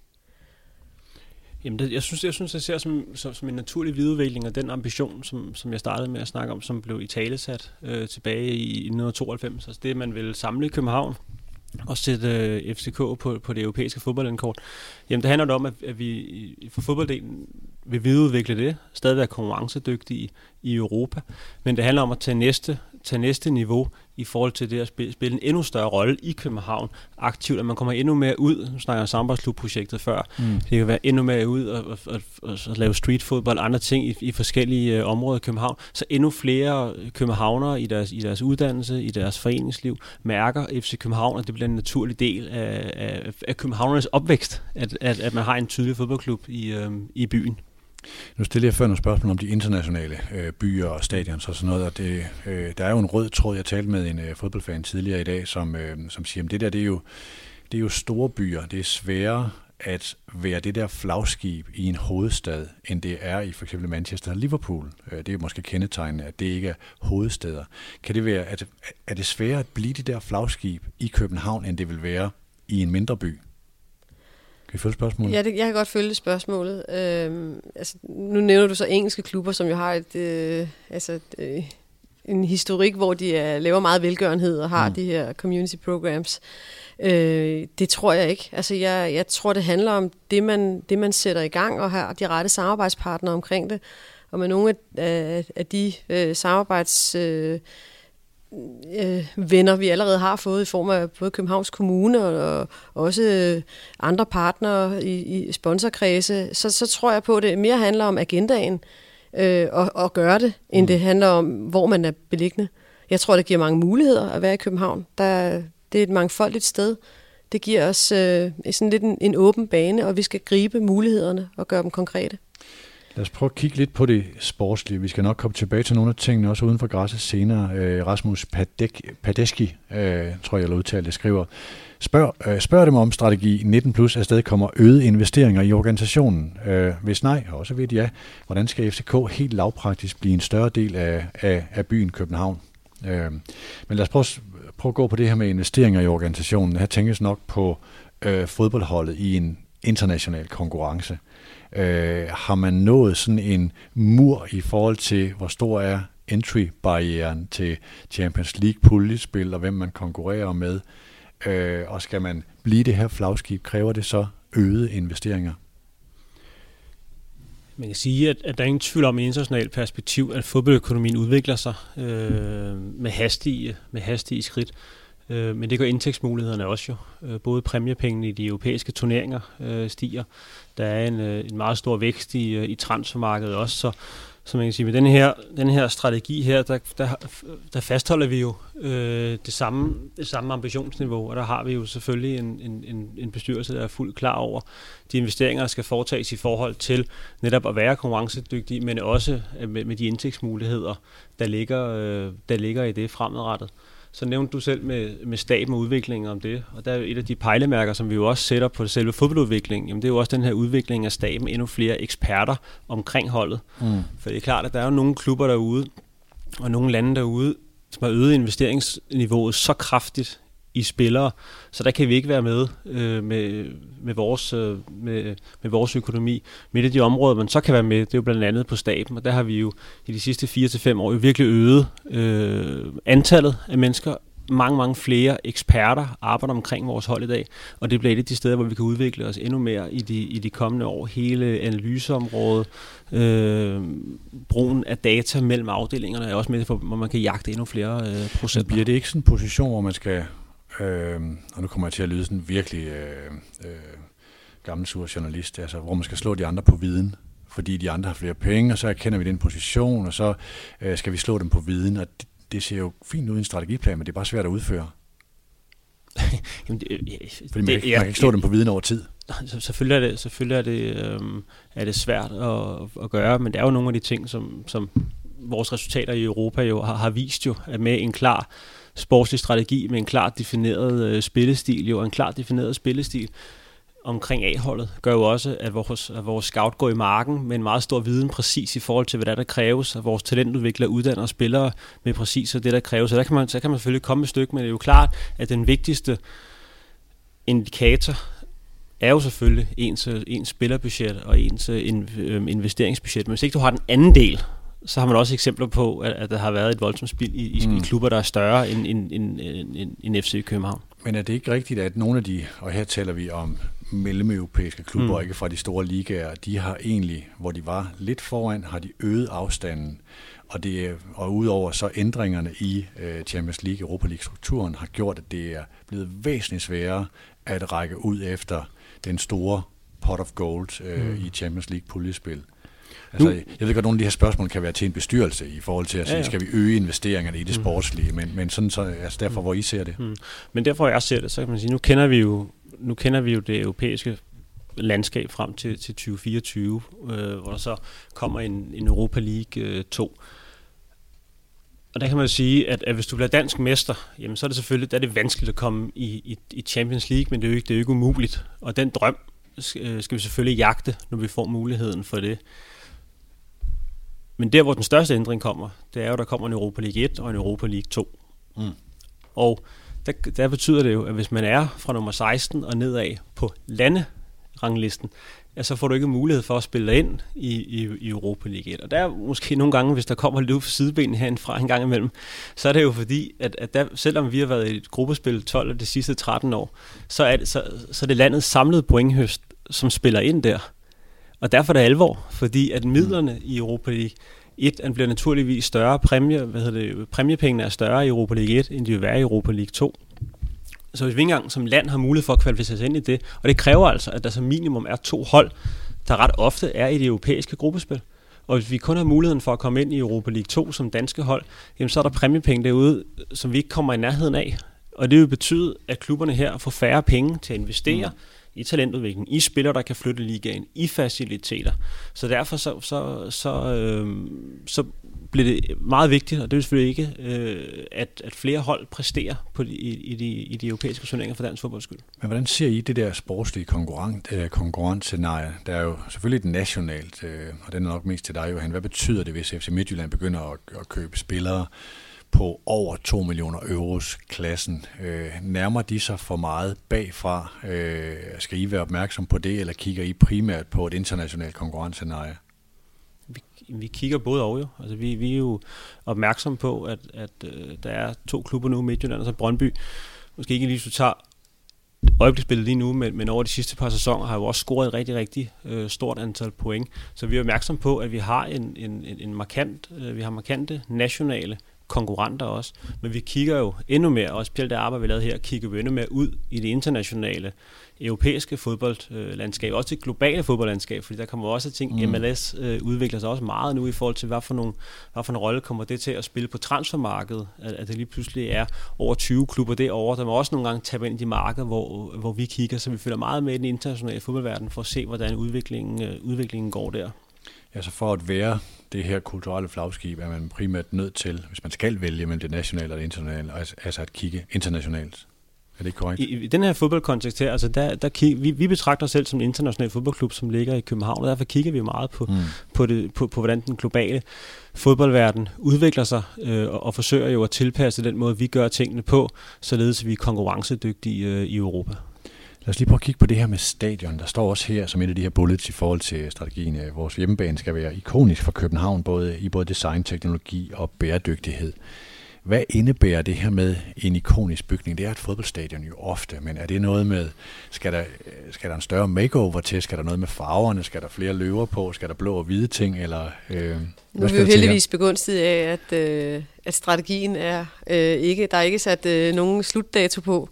Jamen jeg synes, jeg ser som en naturlig videreudvikling af den ambition, som jeg startede med at snakke om, som blev italesat tilbage i 1992. Altså det, man ville samle i København og sætte FCK på det europæiske fodboldlandkort. Jamen det handler om, at vi for fodbolddelen vil videreudvikle det, stadig være konkurrencedygtige i Europa, men det handler om at tage næste niveau i forhold til det at spille en endnu større rolle i København aktivt, at man kommer endnu mere ud, nu snakker jeg om samarbejdsklubprojektet før, det kan være endnu mere ud og lave streetfodbold og andre ting i forskellige områder i København, så endnu flere københavnere i deres uddannelse, i deres foreningsliv, mærker FC København, at det bliver en naturlig del af københavnernes opvækst, at man har en tydelig fodboldklub i byen. Nu stiller jeg før nogle spørgsmål om de internationale byer og stadions og sådan noget, og der er jo en rød tråd. Jeg talte med en fodboldfan tidligere i dag, som siger, at det der, det er jo store byer. Det er sværere at være det der flagskib i en hovedstad, end det er i for eksempel Manchester og Liverpool. Det er måske kendetegnende, at det ikke er hovedsteder. Kan det være, er det sværere at blive det der flagskib i København, end det vil være i en mindre by? Kan I følge spørgsmålet? Ja, jeg kan godt følge spørgsmålet. Nu nævner du så engelske klubber, som jo har en historik, hvor de laver meget velgørenhed og har de her community programs. Det tror jeg ikke. Altså, jeg tror, det handler om det, man sætter i gang, og har de rette samarbejdspartnere omkring det. Og med nogle af de venner, vi allerede har fået i form af både Københavns Kommune og også andre partnere i sponsorkredse, så tror jeg på, at det mere handler om agendaen og gøre det, end det handler om, hvor man er beliggende. Jeg tror, det giver mange muligheder at være i København. Det er et mangfoldigt sted. Det giver os sådan lidt en åben bane, og vi skal gribe mulighederne og gøre dem konkrete. Lad os prøve at kigge lidt på det sportslige. Vi skal nok komme tilbage til nogle af tingene, også uden for græsset senere. Rasmus Padeski, tror jeg udtale det, skriver, spørg dem om strategi 19 plus afsted kommer øgede investeringer i organisationen. Hvis nej, og også ved ja, hvordan skal FCK helt lavpraktisk blive en større del af byen København? Men lad os prøve at gå på det her med investeringer i organisationen. Her tænkes nok på fodboldholdet i en international konkurrence. Har man nået sådan en mur i forhold til, hvor stor er entry-barrieren til Champions League-puljespil, og hvem man konkurrerer med? Og skal man blive det her flagskib, kræver det så øgede investeringer? Man kan sige, at der er ingen tvivl om i internationalt perspektiv, at fodboldøkonomien udvikler sig med hastige skridt. Men det gør indtægtsmulighederne også jo. Både præmiepengene i de europæiske turneringer stiger. Der er en meget stor vækst i transfermarkedet også. Så man kan sige, med den her strategi her, der fastholder vi jo det samme ambitionsniveau, og der har vi jo selvfølgelig en bestyrelse, der er fuldt klar over de investeringer, der skal foretages i forhold til netop at være konkurrencedygtige, men også med de indtægtsmuligheder, der ligger i det fremadrettet. Så nævnte du selv med staben og udviklingen om det, og der er et af de pejlemærker, som vi jo også sætter på selve fodboldudviklingen, jamen det er jo også den her udvikling af staben, endnu flere eksperter omkring holdet. For det er klart, at der er jo nogle klubber derude, og nogle lande derude, som har øget investeringsniveauet så kraftigt i spillere, så der kan vi ikke være med vores økonomi. Midt i de områder, man så kan være med, det er jo blandt andet på staben, og der har vi jo i de sidste 4 til 5 år jo virkelig øget antallet af mennesker. Mange flere eksperter arbejder omkring vores hold i dag, og det bliver et af de steder, hvor vi kan udvikle os endnu mere i de kommende år. Hele analyseområdet, brugen af data mellem afdelingerne er også med, hvor man kan jagte endnu flere procenter. Bliver det ikke sådan en position, hvor man skal, og nu kommer jeg til at lyde sådan virkelig gammel sur journalist, altså hvor man skal slå de andre på viden, fordi de andre har flere penge, og så erkender vi den position, og så skal vi slå dem på viden, og det ser jo fint ud i en strategiplan, men det er bare svært at udføre. Jamen fordi man kan ikke slå dem på viden over tid. Selvfølgelig er det svært at gøre, men det er jo nogle af de ting, som vores resultater i Europa jo har vist jo, at med en klar sportslig strategi, med en klart defineret spillestil, jo, en klart defineret spillestil omkring A-holdet, gør jo også, at vores scout går i marken med en meget stor viden præcis i forhold til, hvad der kræves, at vores talentudviklere uddanner spillere med præcis det, der kræves. Så der kan man selvfølgelig komme et stykke, men det er jo klart, at den vigtigste indikator er jo selvfølgelig ens spillerbudget og ens investeringsbudget. Men hvis ikke du har den anden del, så har man også eksempler på, at der har været et voldsomt spil i klubber, der er større end FC København. Men er det ikke rigtigt, at nogle af de, og her taler vi om mellemeuropæiske klubber, ikke fra de store ligaer, de har egentlig, hvor de var lidt foran, har de øget afstanden, og udover så ændringerne i Champions League, Europa League-strukturen, har gjort, at det er blevet væsentligt sværere at række ud efter den store pot of gold i Champions League-puljespil. Altså, jeg ved godt, at nogle af de her spørgsmål kan være til en bestyrelse i forhold til at sige, skal vi øge investeringerne i det sportslige, men sådan så altså derfor, hvor I ser det. Men derfor jeg ser det, så kan man sige, nu kender vi jo det europæiske landskab frem til 2024, hvor der så kommer en Europa League 2. Og der kan man jo sige, at hvis du bliver dansk mester, jamen så er det selvfølgelig, der er det vanskeligt at komme i Champions League, men det er jo ikke umuligt. Og den drøm skal vi selvfølgelig jagte, når vi får muligheden for det. Men der, hvor den største ændring kommer, det er jo, der kommer en Europa League 1 og en Europa League 2. Og der betyder det jo, at hvis man er fra nummer 16 og nedad på landeranglisten, ja, så får du ikke mulighed for at spille dig ind i Europa League 1. Og der er måske nogle gange, hvis der kommer lidt ud for sidebenen herindfra en gang imellem, så er det jo fordi, at der, selvom vi har været i et gruppespil 12 af de sidste 13 år, så er det landets samlede pointhøst, som spiller ind der. Og derfor er det alvor, fordi at midlerne i Europa League 1 bliver naturligvis større. Præmiepengene er større i Europa League 1, end de vil være i Europa League 2. Så hvis vi ikke engang som land har mulighed for at kvalificere sig ind i det, og det kræver altså, at der som minimum er 2 hold, der ret ofte er i det europæiske gruppespil. Og hvis vi kun har muligheden for at komme ind i Europa League 2 som danske hold, jamen så er der præmiepenge derude, som vi ikke kommer i nærheden af. Og det vil betyde, at klubberne her får færre penge til at investere i talentudvikling, i spillere, der kan flytte ligaen, i faciliteter. Så derfor så bliver det meget vigtigt, og det er selvfølgelig ikke, at flere hold præsterer i de europæiske turneringer for dansk fodbolds skyld. Men hvordan ser I det der sportslige konkurrencescenarie? Der er jo selvfølgelig et nationalt, og den er nok mest til dig, Johan. Hvad betyder det, hvis FC Midtjylland begynder at købe spillere på over 2 millioner euros klassen? Nærmer de sig for meget bagfra? Skal I være opmærksom på det, eller kigger I primært på et internationalt konkurrencescenarie? Vi kigger både og jo. Altså vi er jo opmærksomme på, at der er 2 klubber nu, Midtjylland og så Brøndby. Måske ikke lige, hvis du tager øjebliksspillet lige nu, men over de sidste par sæsoner har jo også scoret et rigtig, rigtig stort antal point. Så vi er opmærksomme på, at vi har en markante nationale konkurrenter også, men vi kigger jo endnu mere, og specielt det arbejde, vi lavede her, kigger vi endnu mere ud i det internationale europæiske fodboldlandskab, også det globale fodboldlandskab, fordi der kommer også ting, MLS udvikler sig også meget nu i forhold til, hvad for en rolle kommer det til at spille på transfermarkedet, at det lige pludselig er over 20 klubber derovre, der må også nogle gange tabe ind i de markeder, hvor vi kigger, så vi følger meget med i den internationale fodboldverden for at se, hvordan udviklingen går der. Altså for at være det her kulturelle flagskib, er man primært nødt til, hvis man skal vælge mellem det nationale og det internationale, altså at kigge internationalt. Er det ikke korrekt? I den her fodboldkontekst her, altså vi betragter os selv som en international fodboldklub, som ligger i København, og derfor kigger vi meget på hvordan den globale fodboldverden udvikler sig, og forsøger jo at tilpasse den måde, vi gør tingene på, således at vi er konkurrencedygtige i Europa. Lad os lige prøve at kigge på det her med stadion. Der står også her som et af de her bullets i forhold til strategien, at vores hjemmebane skal være ikonisk for København, i både design, teknologi og bæredygtighed. Hvad indebærer det her med en ikonisk bygning? Det er et fodboldstadion jo ofte, men er det noget med, skal der en større makeover til? Skal der noget med farverne? Skal der flere løver på? Skal der blå og hvide ting? Eller, nu er vi jo heldigvis begunstiget af, at strategien er ikke, der er ikke sat nogen slutdato på.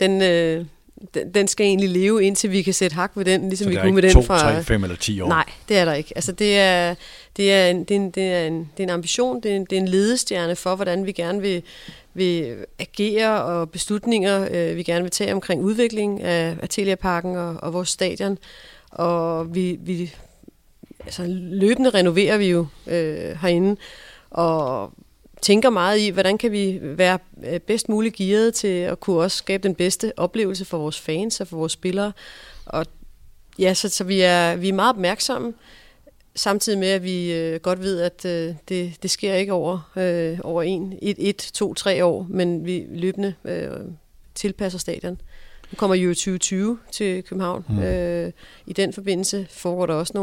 Den skal egentlig leve, indtil vi kan sætte hak ved den, ligesom vi kunne med den fra... Så der er ikke 2, 3, 5 eller 10 år? Nej, det er der ikke. Altså det er en ambition, det er en ledestjerne for, hvordan vi gerne vil agere, og beslutninger, vi gerne vil tage omkring udvikling af Telia-parken og vores stadion. Og vi altså løbende renoverer vi jo herinde, og tænker meget i, hvordan kan vi være bedst muligt gearet til at kunne også skabe den bedste oplevelse for vores fans og for vores spillere. Og ja, så vi er meget opmærksomme, samtidig med, at vi godt ved, at det sker ikke over 1, 2, 3 år, men vi løbende tilpasser stadion. Nu kommer Euro 2020 til København. I den forbindelse foregår der også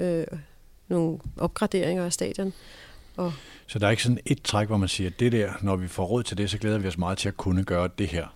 nogle opgraderinger af stadion. Så der er ikke sådan et træk, hvor man siger, at det der, når vi får råd til det, så glæder vi os meget til at kunne gøre det her?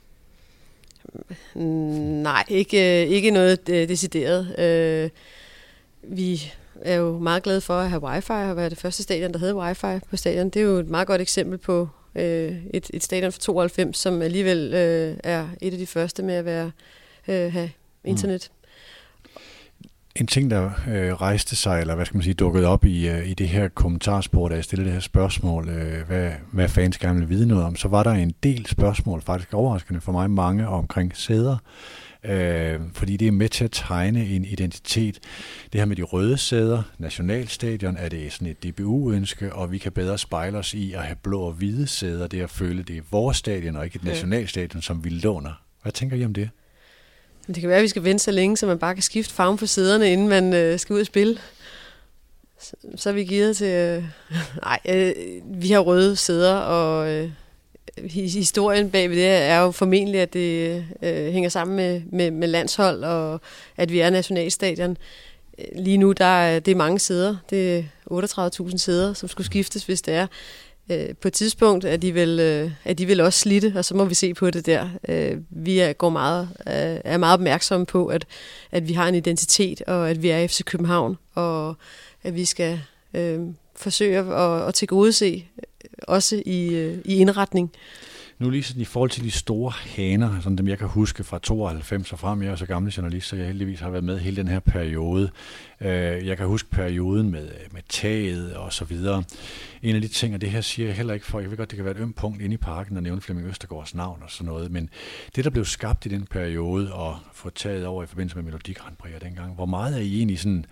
Nej, ikke noget decideret. Vi er jo meget glade for at have wifi, og være det første stadion, der havde wifi på stadion. Det er jo et meget godt eksempel på et stadion fra 92, som alligevel er et af de første med at have internet. En ting, der rejste sig, eller hvad skal man sige, dukkede op i det her kommentarspor, da jeg stillede det her spørgsmål, hvad fans gerne vil vide noget om, så var der en del spørgsmål, faktisk overraskende for mig, mange omkring sæder, fordi det er med til at tegne en identitet. Det her med de røde sæder, nationalstadion, er det sådan et DBU-ønske, og vi kan bedre spejle os i at have blå og hvide sæder, det at føle, det er vores stadion, og ikke et nationalstadion, som vi låner. Hvad tænker I om det? Det kan være, at vi skal vente så længe, så man bare kan skifte farven på sæderne, inden man skal ud og spille. Så er vi gearet til... vi har røde sæder, og historien bag ved det er jo formentlig, at det hænger sammen med landshold, og at vi er nationalstadion. Lige nu det er mange sæder. Det er 38.000 sæder, som skulle skiftes, hvis det er. På et tidspunkt er de vel også slidte, og så må vi se på det der. Vi er meget opmærksomme på, at vi har en identitet, og at vi er FC København, og at vi skal forsøge at tilgodese også i indretning. Nu lige sådan i forhold til de store haner, sådan dem jeg kan huske fra 92 og frem, jeg er så gammel journalist, så jeg heldigvis har været med hele den her periode. Jeg kan huske perioden med taget og så videre. En af de ting, og det her siger jeg heller ikke for, jeg ved godt, det kan være et ømt punkt inde i parken at nævne Flemming Østergaards navn og sådan noget, men det, der blev skabt i den periode og få taget over i forbindelse med Melodi Grand Prix dengang, hvor meget er I egentlig sådan,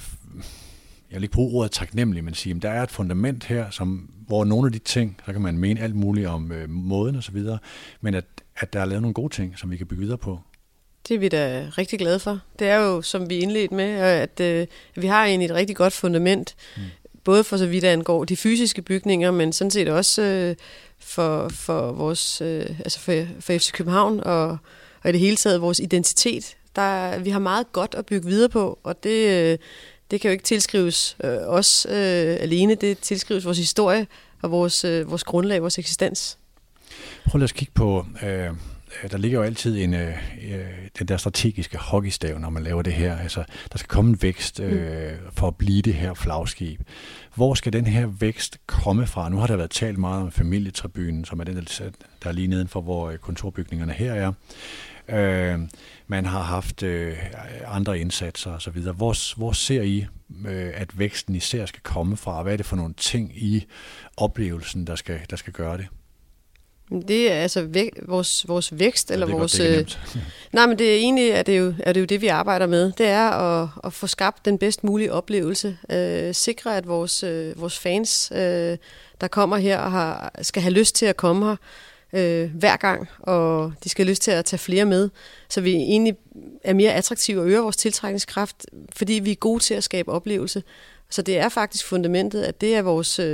jeg vil ikke bruge ordet taknemmelig, men sige, at der er et fundament her, hvor nogle af de ting, så kan man mene alt muligt om måden og så videre, men at der er lavet nogle gode ting, som vi kan bygge videre på. Det er vi da rigtig glade for. Det er jo, som vi indledte med, at vi har egentlig et rigtig godt fundament, både for så vidt angår de fysiske bygninger, men sådan set også for vores, altså for FC København og i det hele taget vores identitet. Vi har meget godt at bygge videre på, og det kan jo ikke tilskrives os alene, det tilskrives vores historie og vores grundlag, vores eksistens. Prøv at kigge på, der ligger jo altid den der strategiske hockeystav, når man laver det her. Altså, der skal komme en vækst for at blive det her flagskib. Hvor skal den her vækst komme fra? Nu har der været talt meget om familietribunen, som er den, der er lige nedenfor, hvor kontorbygningerne her er. Man har haft andre indsatser og så videre. Hvor ser I, at væksten især skal komme fra? Hvad er det for nogle ting i oplevelsen, der skal gøre det? Det er altså vores vækst, eller vores... Nej, men det er egentlig er det jo det, vi arbejder med. Det er at få skabt den bedst mulige oplevelse. Sikre, at vores fans, der kommer her, skal have lyst til at komme her hver gang, og de skal have lyst til at tage flere med, så vi egentlig er mere attraktive og øger vores tiltrækningskraft, fordi vi er gode til at skabe oplevelse. Så det er faktisk fundamentet, at det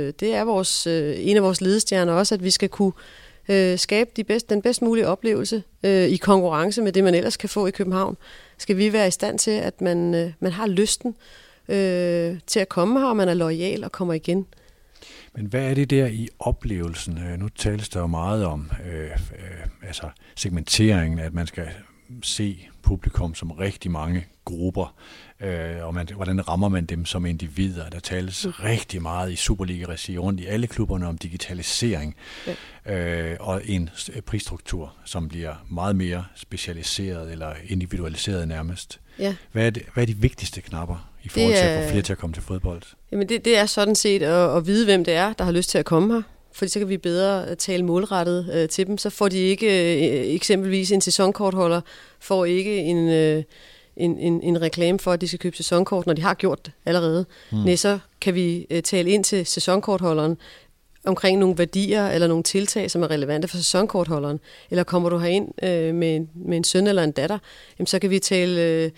er en af vores ledestjerner også, at vi skal kunne skabe den bedst mulige oplevelse i konkurrence med det, man ellers kan få i København. Skal vi være i stand til, at man har lysten til at komme her, og man er loyal og kommer igen. Men hvad er det der i oplevelsen? Nu tales der jo meget om altså segmenteringen, at man skal se publikum som rigtig mange grupper, og hvordan rammer man dem som individer. Der tales rigtig meget i Superliga-regi rundt i alle klubberne om digitalisering, og en prisstruktur, som bliver meget mere specialiseret eller individualiseret nærmest. Ja. Hvad er de vigtigste knapper i forhold til at få flere til at komme til fodbold? Jamen det er sådan set at vide, hvem det er, der har lyst til at komme her. Fordi så kan vi bedre tale målrettet til dem. Så får de ikke eksempelvis en sæsonkortholder, får ikke en reklame for, at de skal købe sæsonkort, når de har gjort det allerede. Nej, så kan vi tale ind til sæsonkortholderen omkring nogle værdier eller nogle tiltag, som er relevante for sæsonkortholderen. Eller kommer du herind med en søn eller en datter, jamen, så kan vi tale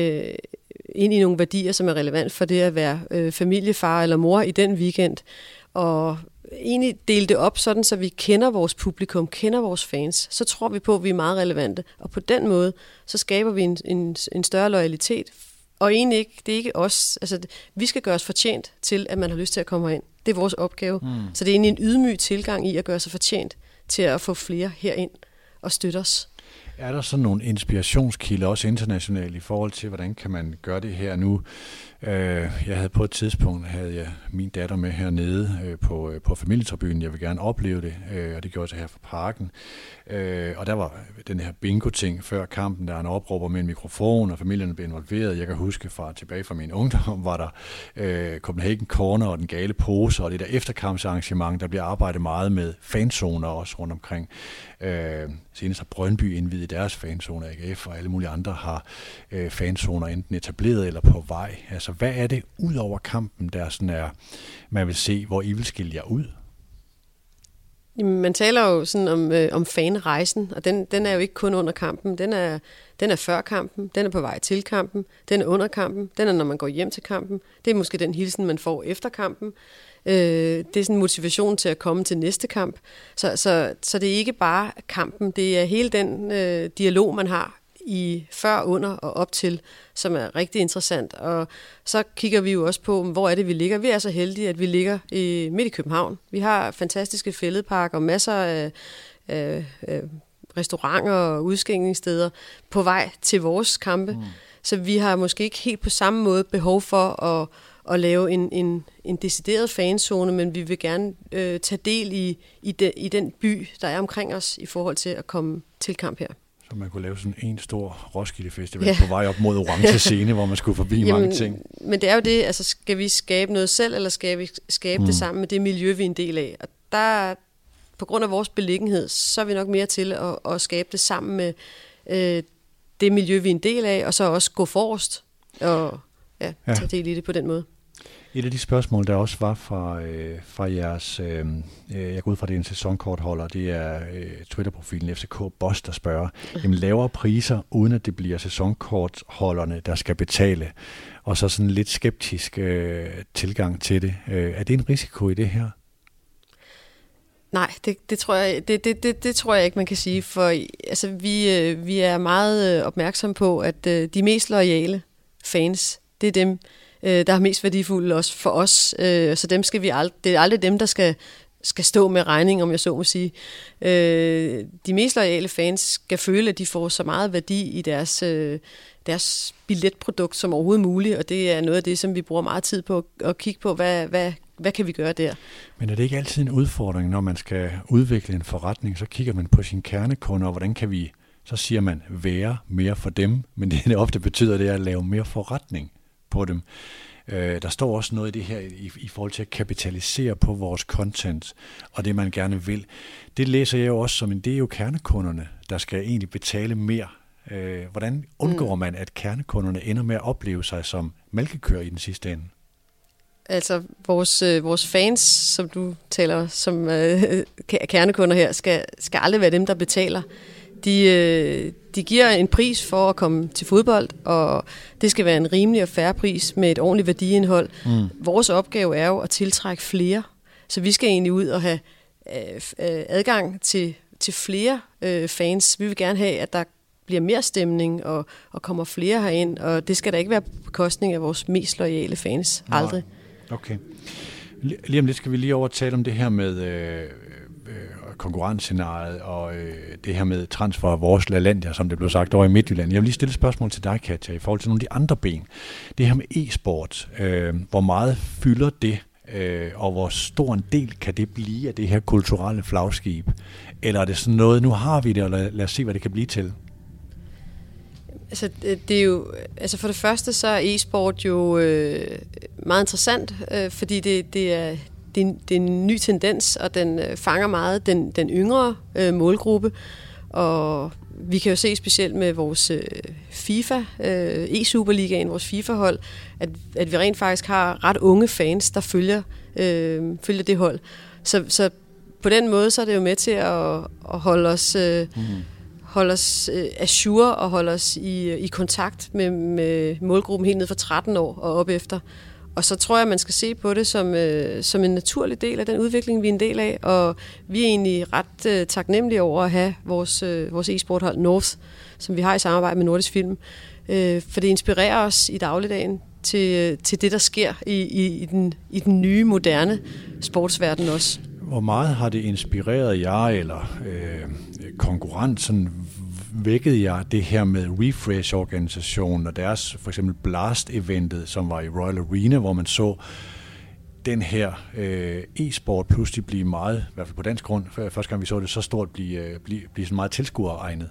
ind i nogle værdier, som er relevant for det at være familiefar eller mor i den weekend. Og egentlig dele det op sådan, så vi kender vores publikum, kender vores fans. Så tror vi på, at vi er meget relevante. Og på den måde, så skaber vi en større loyalitet. Og egentlig ikke, det er ikke os. Altså, vi skal gøre os fortjent til, at man har lyst til at komme herind. Det er vores opgave. Så det er egentlig en ydmyg tilgang i at gøre sig fortjent til at få flere herind og støtte os. Er der sådan nogle inspirationskilder, også internationalt, i forhold til, hvordan kan man gøre det her nu? Jeg havde på et tidspunkt min datter med hernede på familietribunen. Jeg vil gerne opleve det, og det gjorde jeg her fra parken. Og der var den her bingo-ting før kampen, der er en opråber med en mikrofon, og familierne blev involveret. Jeg kan huske tilbage fra min ungdom, var der Copenhagen Corner og den gale pose, og det der efterkampsarrangement, der bliver arbejdet meget med fanzoner også rundt omkring. Senest har Brøndby indvidet deres fanzoner, AGF og alle mulige andre har fanzoner enten etableret eller på vej. Altså, hvad er det ud over kampen, der sådan er, man vil se, hvor I vil skille jer ud? Jamen, man taler jo sådan om fanrejsen, og den er jo ikke kun under kampen. Den er før kampen, den er på vej til kampen, den er under kampen, den er, når man går hjem til kampen. Det er måske den hilsen, man får efter kampen. Det er sådan en motivation til at komme til næste kamp. Så det er ikke bare kampen, det er hele den dialog, man har i før, under og op til, som er rigtig interessant. Og så kigger vi jo også på, hvor er det, vi ligger. Vi er så heldige, at vi ligger midt i København. Vi har fantastiske fældeparker og masser af restauranter og udskænkningssteder på vej til vores kampe. Så vi har måske ikke helt på samme måde behov for at lave en decideret fanzone, men vi vil gerne tage del i den by, der er omkring os i forhold til at komme til kamp her. Så man kunne lave sådan en stor Roskilde Festival på vej op mod orange scene, hvor man skulle forbi mange ting. Men det er jo det, altså skal vi skabe noget selv, eller skal vi skabe det sammen med det miljø, vi er en del af? Og der, på grund af vores beliggenhed, så er vi nok mere til at skabe det sammen med det miljø, vi er en del af, og så også gå forrest og tage del i det på den måde. Et af de spørgsmål, der også var fra jeres, jeg går ud fra, det er en sæsonkortholder, det er Twitter-profilen FCK Boss, der spørger, jamen lavere priser, uden at det bliver sæsonkortholderne, der skal betale, og så sådan lidt skeptisk tilgang til det. Er det en risiko i det her? Nej, det tror jeg ikke, man kan sige, for altså, vi er meget opmærksomme på, at de mest loyale fans, det er dem, der er mest værdifulde også for os, så dem skal det er aldrig dem, der skal stå med regning, om jeg så må sige. De mest loyale fans skal føle, at de får så meget værdi i deres billetprodukt som overhovedet muligt, og det er noget af det, som vi bruger meget tid på at kigge på, hvad kan vi gøre der? Men er det ikke altid en udfordring, når man skal udvikle en forretning, så kigger man på sine kernekunder, og hvordan kan vi, så siger man, være mere for dem, men det ofte betyder, det er at lave mere forretning på dem. Der står også noget i det her i forhold til at kapitalisere på vores content, og det man gerne vil. Det læser jeg jo også som det er jo kernekunderne, der skal egentlig betale mere. Hvordan undgår man, at kernekunderne ender med at opleve sig som mælkekøer i den sidste ende? Altså vores fans, som du taler som kernekunder her, skal aldrig være dem, der betaler. De giver en pris for at komme til fodbold, og det skal være en rimelig og fair pris med et ordentligt værdiindhold. Vores opgave er jo at tiltrække flere, så vi skal egentlig ud og have adgang til flere fans. Vi vil gerne have, at der bliver mere stemning og kommer flere herind, og det skal da ikke være på bekostning af vores mest loyale fans. Aldrig. Okay. Lige om lidt skal vi lige over tale om det her med konkurrencescenariet og det her med transfer af vores LaLandia, som det blev sagt over i Midtjylland. Jeg vil lige stille et spørgsmål til dig, Katja, i forhold til nogle af de andre ben. Det her med e-sport, hvor meget fylder det, og hvor stor en del kan det blive af det her kulturelle flagskib? Eller er det sådan noget, nu har vi det, og lad os se, hvad det kan blive til? Altså, det er jo, altså for det første, så er e-sport jo meget interessant, fordi det er en ny tendens, og den fanger meget den yngre målgruppe. Og vi kan jo se specielt med vores FIFA, e-Superligaen, vores FIFA-hold, at vi rent faktisk har ret unge fans, der følger det hold. Så på den måde, så er det jo med til at holde os ajour og holde os i kontakt med målgruppen helt ned fra 13 år og op efter. Og så tror jeg, at man skal se på det som en naturlig del af den udvikling, vi er en del af. Og vi er egentlig ret taknemmelige over at have vores e-sporthold North, som vi har i samarbejde med Nordisk Film. For det inspirerer os i dagligdagen til det, der sker i den nye, moderne sportsverden også. Hvor meget har det inspireret jer, eller konkurrencen vækkede jer det her med Refresh-organisationen og deres for eksempel Blast-eventet, som var i Royal Arena, hvor man så den her e-sport pludselig blive meget, i hvert fald på dansk grund, første gang vi så det så stort, blive sådan meget tilskueregnet?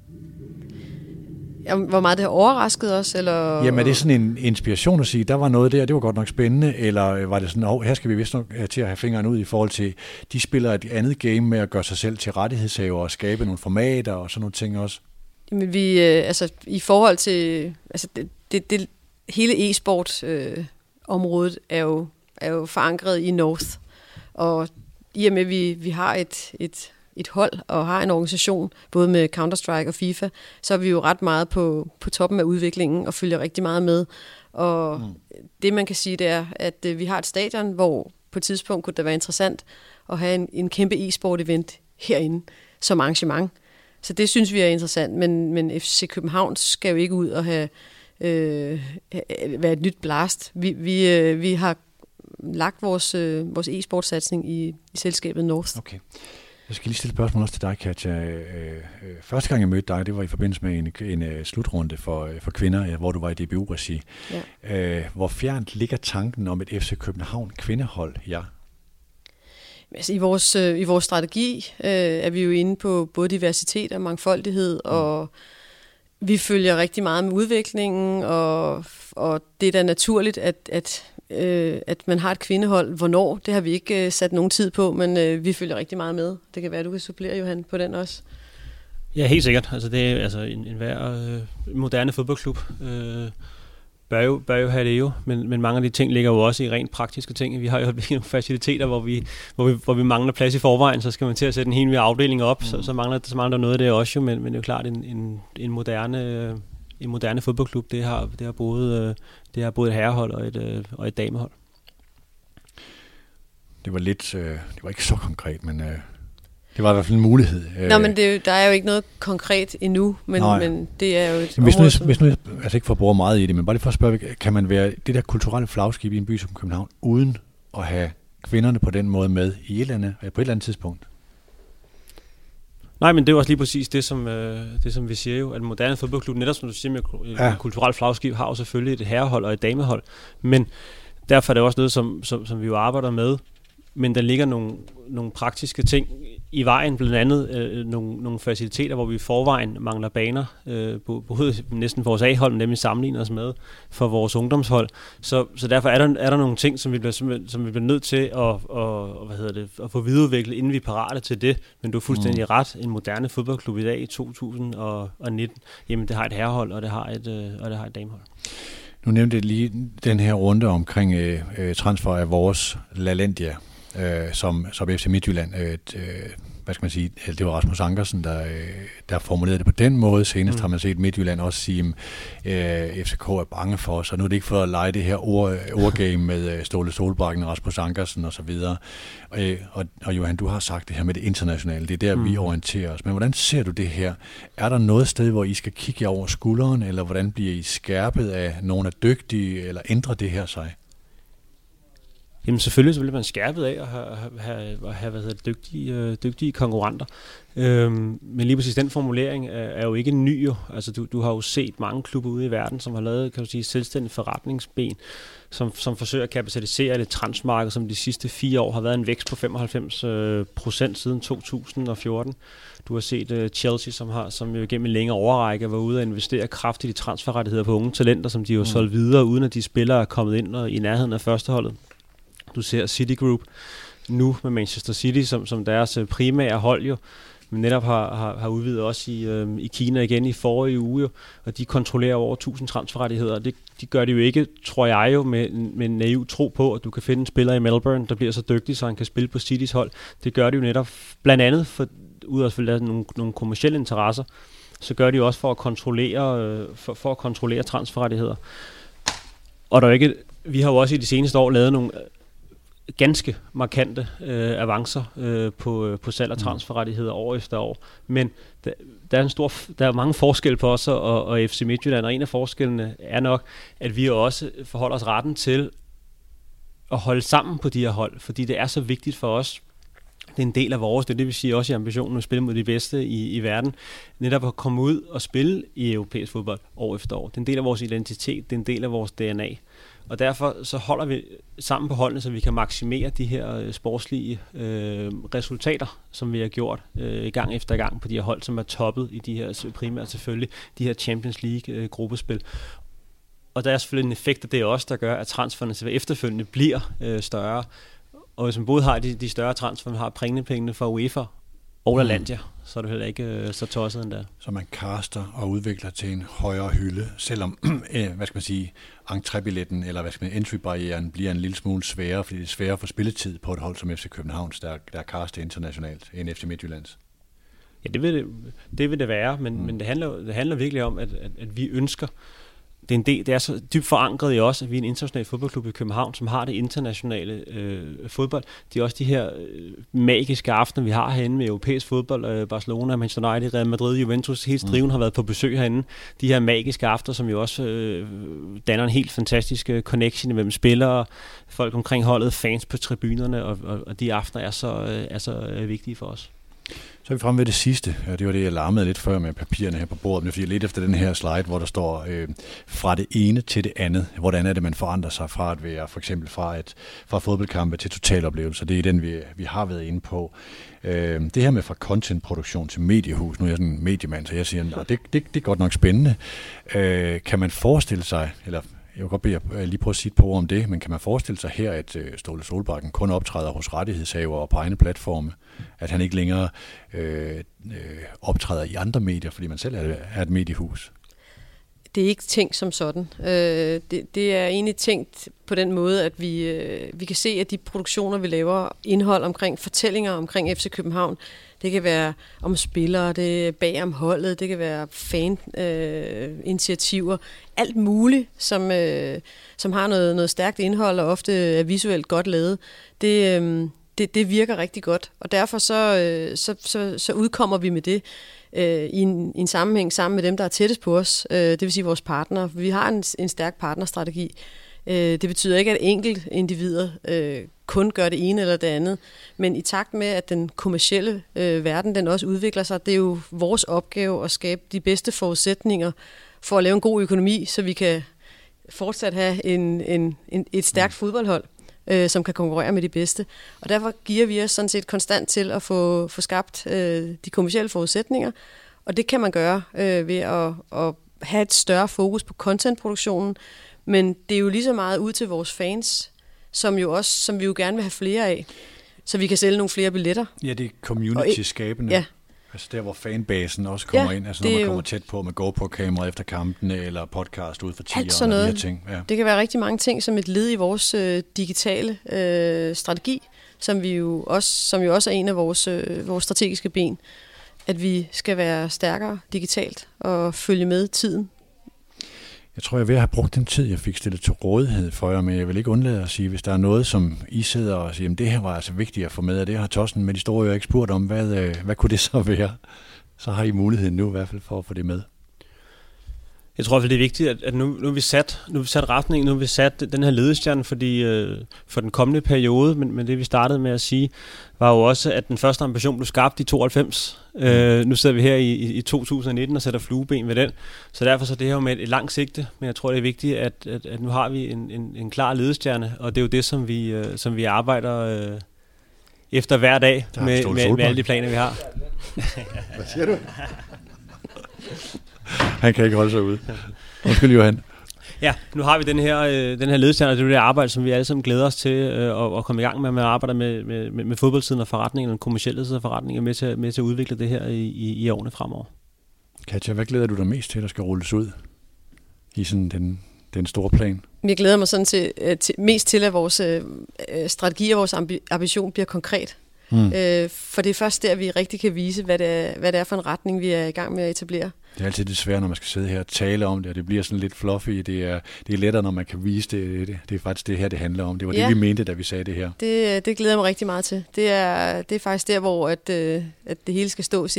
Hvor meget det har overrasket os? Eller? Jamen er det sådan en inspiration at sige, der var noget der, det var godt nok spændende, eller var det sådan, her skal vi vist nok til at have fingeren ud i forhold til, de spiller et andet game med at gøre sig selv til rettighedshaver og skabe nogle formater og sådan nogle ting også? Jamen vi, i forhold til, det hele e-sport området er jo forankret i North, og i og med vi har et hold og har en organisation, både med Counter-Strike og FIFA, så er vi jo ret meget på toppen af udviklingen og følger rigtig meget med. Og det man kan sige, det er, at vi har et stadion, hvor på et tidspunkt kunne det være interessant at have en kæmpe e-sport-event herinde som arrangement. Så det synes vi er interessant, men FC København skal jo ikke ud og være et nyt Blast. Vi har lagt vores e-sportsatsning i selskabet North. Okay. Jeg skal lige stille et spørgsmål også til dig, Katja. Første gang jeg mødte dig, det var i forbindelse med en slutrunde for kvinder, hvor du var i DBU-regi. Ja. Hvor fjernt ligger tanken om et FC København kvindehold her? Altså, i vores strategi er vi jo inde på både diversitet og mangfoldighed, og vi følger rigtig meget med udviklingen, og det er da naturligt, at man har et kvindehold. Hvornår? Det har vi ikke sat nogen tid på, men vi følger rigtig meget med. Det kan være, du kan supplere, Johan, på den også. Ja, helt sikkert. Altså, det er altså en hver moderne fodboldklub bør jo have det jo, men mange af de ting ligger jo også i rent praktiske ting. Vi har jo nogle faciliteter, hvor vi mangler plads i forvejen, så skal man til at sætte en hel afdeling op, så mangler der noget af det også jo, men det er jo klart en moderne fodboldklub, det har både et herrehold og et damehold. Det var ikke så konkret, men det var i hvert fald en mulighed. Nå, men der er jo ikke noget konkret endnu, men det er jo et hvis nu altså ikke får brugt meget i det, men bare lige for at spørge, kan man være det der kulturelle flagskib i en by som København, uden at have kvinderne på den måde med på et eller andet tidspunkt? Nej, men det er jo også lige præcis det, som vi siger jo, at en moderne fodboldklub, netop som du siger med kulturelt flagskib, har jo selvfølgelig et herrehold og et damehold, men derfor er det også noget, som vi jo arbejder med, men der ligger nogle praktiske ting i vejen, blandt andet nogle faciliteter, hvor vi i forvejen mangler baner, både næsten vores A-hold, men nemlig sammenligner os med for vores ungdomshold. Så derfor er der nogle ting, som vi bliver nødt til at få videreudviklet, inden vi er parate til det. Men du er fuldstændig ret. En moderne fodboldklub i dag i 2019, jamen det har et herrehold, og det har et damehold. Nu nævnte jeg lige den her runde omkring transfer af vores LaLandia, som FC Midtjylland, hvad skal man sige, det var Rasmus Ankersen, der formulerede det på den måde. Senest har man set Midtjylland også sige, FCK er bange for os, og nu er det ikke for at lege det her ordgame med Ståle Solbakken, Rasmus Ankersen og så videre. Og Johan, du har sagt det her med det internationale, det er der, vi orienterer os. Men hvordan ser du det her? Er der noget sted, hvor I skal kigge jer over skulderen, eller hvordan bliver I skærpet af, nogen er dygtige, eller ændrer det her sig? Jamen selvfølgelig så bliver man skærpet af at have dygtige konkurrenter. Men lige præcis den formulering er jo ikke ny jo. Altså du har jo set mange klubber ude i verden, som har lavet, kan du sige, selvstændige forretningsben, som forsøger at kapitalisere det transfermarked, som de sidste 4 år har været en vækst på 95% siden 2014. Du har set Chelsea, som jo gennem en længere overrække var ude at investere kraftigt i transferrettigheder på unge talenter, som de jo solgt videre, uden at de spillere er kommet ind og i nærheden af førsteholdet. Du ser Citigroup nu med Manchester City som deres primære hold jo, men netop har udvidet også i Kina igen i forrige uge jo, og de kontrollerer over 1000 transferrettigheder. De gør det jo ikke, tror jeg jo, med en naiv tro på, at du kan finde en spiller i Melbourne, der bliver så dygtig, så han kan spille på Citys hold. Det gør de jo netop blandt andet ud af nogle kommercielle interesser, så gør de jo også for at kontrollere transferrettigheder. Og der er ikke, vi har jo også i de seneste år lavet nogle ganske markante avancer på salg og transferrettigheder år efter år. Men der er mange forskelle på os og FC Midtjylland, og en af forskellene er nok, at vi også forholder os retten til at holde sammen på de her hold, fordi det er så vigtigt for os. Det er en del af vores, det vil sige også i ambitionen at spille mod de bedste i verden, netop at komme ud og spille i europæisk fodbold år efter år. Det er en del af vores identitet, det er en del af vores DNA. Og derfor så holder vi sammen på holdene, så vi kan maksimere de her sportslige resultater, som vi har gjort gang efter gang på de her hold, som er toppet i de her primært selvfølgelig, de her Champions League gruppespil. Og der er selvfølgelig en effekt af det også, der gør, at transferne til efterfølgende bliver større. Og hvis man både har de større transfer, man har pengene fra UEFA og LaLandia, så er det heller ikke så tosset endda. Så man kaster og udvikler til en højere hylde, selvom, hvad skal man sige, entrébilletten eller hvad skal man, entry-barrieren bliver en lille smule sværere, fordi det er sværere for spilletid på et hold som FC Københavns, der er castet internationalt end FC Midtjyllands. Ja, det vil det være, men det handler virkelig om, at vi ønsker. Det er så dybt forankret i os, at vi er en international fodboldklub i København, som har det internationale fodbold. Det er også de her magiske aftener, vi har herinde med europæisk fodbold, Barcelona, Manchester United, Real Madrid, Juventus, hele striven har været på besøg herinde. De her magiske aftener, som jo også danner en helt fantastisk connection mellem spillere, folk omkring holdet, fans på tribunerne, og de aftener er så vigtige for os. Så er vi fremme ved det sidste, og det var det, jeg larmede lidt før med papirerne her på bordet, men fordi lidt efter den her slide, hvor der står fra det ene til det andet. Hvordan er det, man forandrer sig fra at være for eksempel fra fodboldkampe til totaloplevelser? Det er den, vi har været inde på. Det her med fra contentproduktion til mediehus, nu er jeg sådan en mediemand, så jeg siger, det er godt nok spændende. Kan man forestille sig, eller jeg vil godt bede jer lige prøve at sige et par ord om det, men kan man forestille sig her, at Ståle Solbakken kun optræder hos rettighedshavere og på egne platforme? At han ikke længere optræder i andre medier, fordi man selv er et mediehus? Det er ikke tænkt som sådan. Det er egentlig tænkt på den måde, at vi kan se, at de produktioner, vi laver, indhold omkring fortællinger omkring FC København. Det kan være om spillere, det er bag om holdet, det kan være fan-initiativer. Alt muligt, som har noget stærkt indhold og ofte er visuelt godt lavet. Det virker rigtig godt, og derfor så udkommer vi med det i en sammenhæng sammen med dem, der er tættest på os, det vil sige vores partnere. Vi har en stærk partnerstrategi. Det betyder ikke, at enkelt individer kun gør det ene eller det andet, men i takt med, at den kommercielle verden den også udvikler sig, det er jo vores opgave at skabe de bedste forudsætninger for at lave en god økonomi, så vi kan fortsat have et stærkt fodboldhold, som kan konkurrere med de bedste. Og derfor giver vi os sådan set konstant til at få skabt de kommercielle forudsætninger, og det kan man gøre ved at have et større fokus på contentproduktionen, men det er jo lige så meget ud til vores fans, som vi jo gerne vil have flere af, så vi kan sælge nogle flere billetter. Ja, det er community-skabende. Ja. Altså der, hvor fanbasen også kommer ind, altså når man kommer tæt på med GoPro-kamera efter kampene, eller podcast ud for tiger og de her ting. Ja. Det kan være rigtig mange ting som et led i vores digitale strategi, som jo også er en af vores strategiske ben, at vi skal være stærkere digitalt og følge med tiden. Jeg tror, jeg er ved at have brugt den tid, jeg fik stillet til rådighed for jer, men jeg vil ikke undlade at sige, hvis der er noget, som I sidder og siger, det her var altså vigtigt at få med, og det har Torsten med de store jo ikke spurgt om, hvad kunne det så være? Så har I muligheden nu i hvert fald for at få det med. Jeg tror det er vigtigt, at nu er vi sat retningen, nu er vi sat den her ledestjerne for den kommende periode, men det vi startede med at sige, var jo også, at den første ambition blev skabt i 92. Nu sidder vi her i 2019 og sætter flueben ved den, så derfor så det her med et langt sigte, men jeg tror det er vigtigt, at nu har vi en klar ledestjerne, og det er jo det, som vi arbejder efter hver dag med alle de planer, vi har. Hvad siger du? Han kan ikke holde sig ude. Undskyld, Johan. Ja, nu har vi den her ledestjerne, og det er det arbejde, som vi alle sammen glæder os til at komme i gang med. Man arbejder med fodboldsiden af forretningen, den kommercielle side af forretningen, med til at udvikle det her i årene fremover. Katja, hvad glæder du dig mest til, der skal rulles ud i sådan den store plan? Jeg glæder mig sådan mest til, at vores strategi og vores ambition bliver konkret. For det er først der, vi rigtig kan vise, hvad det er for en retning, vi er i gang med at etablere. Det er altid det svære, når man skal sidde her og tale om det, og det bliver sådan lidt fluffy. Det er lettere, når man kan vise det. Det er faktisk det her, det handler om. Det var det, vi mente, da vi sagde det her. Det glæder jeg mig rigtig meget til. Det er faktisk der, hvor at det hele skal stå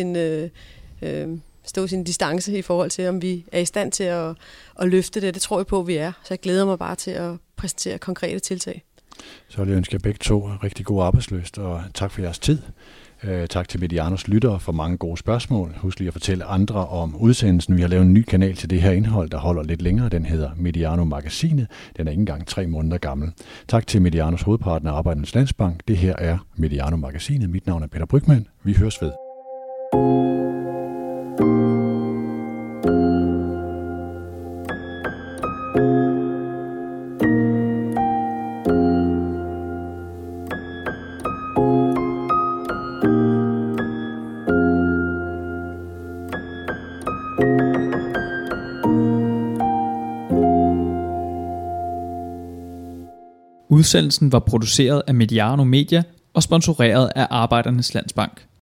sin distance i forhold til, om vi er i stand til at løfte det. Det tror jeg på, vi er. Så jeg glæder mig bare til at præsentere konkrete tiltag. Så vil jeg ønske jer begge to rigtig god arbejdsløst, og tak for jeres tid. Tak til Medianos lyttere for mange gode spørgsmål. Husk lige at fortælle andre om udsendelsen. Vi har lavet en ny kanal til det her indhold, der holder lidt længere. Den hedder Mediano Magasinet. Den er ikke engang 3 måneder gammel. Tak til Medianos hovedpartner Arbejdernes Landsbank. Det her er Mediano Magasinet. Mit navn er Peter Brygmann. Vi høres ved. Udsendelsen var produceret af Mediano Media og sponsoreret af Arbejdernes Landsbank.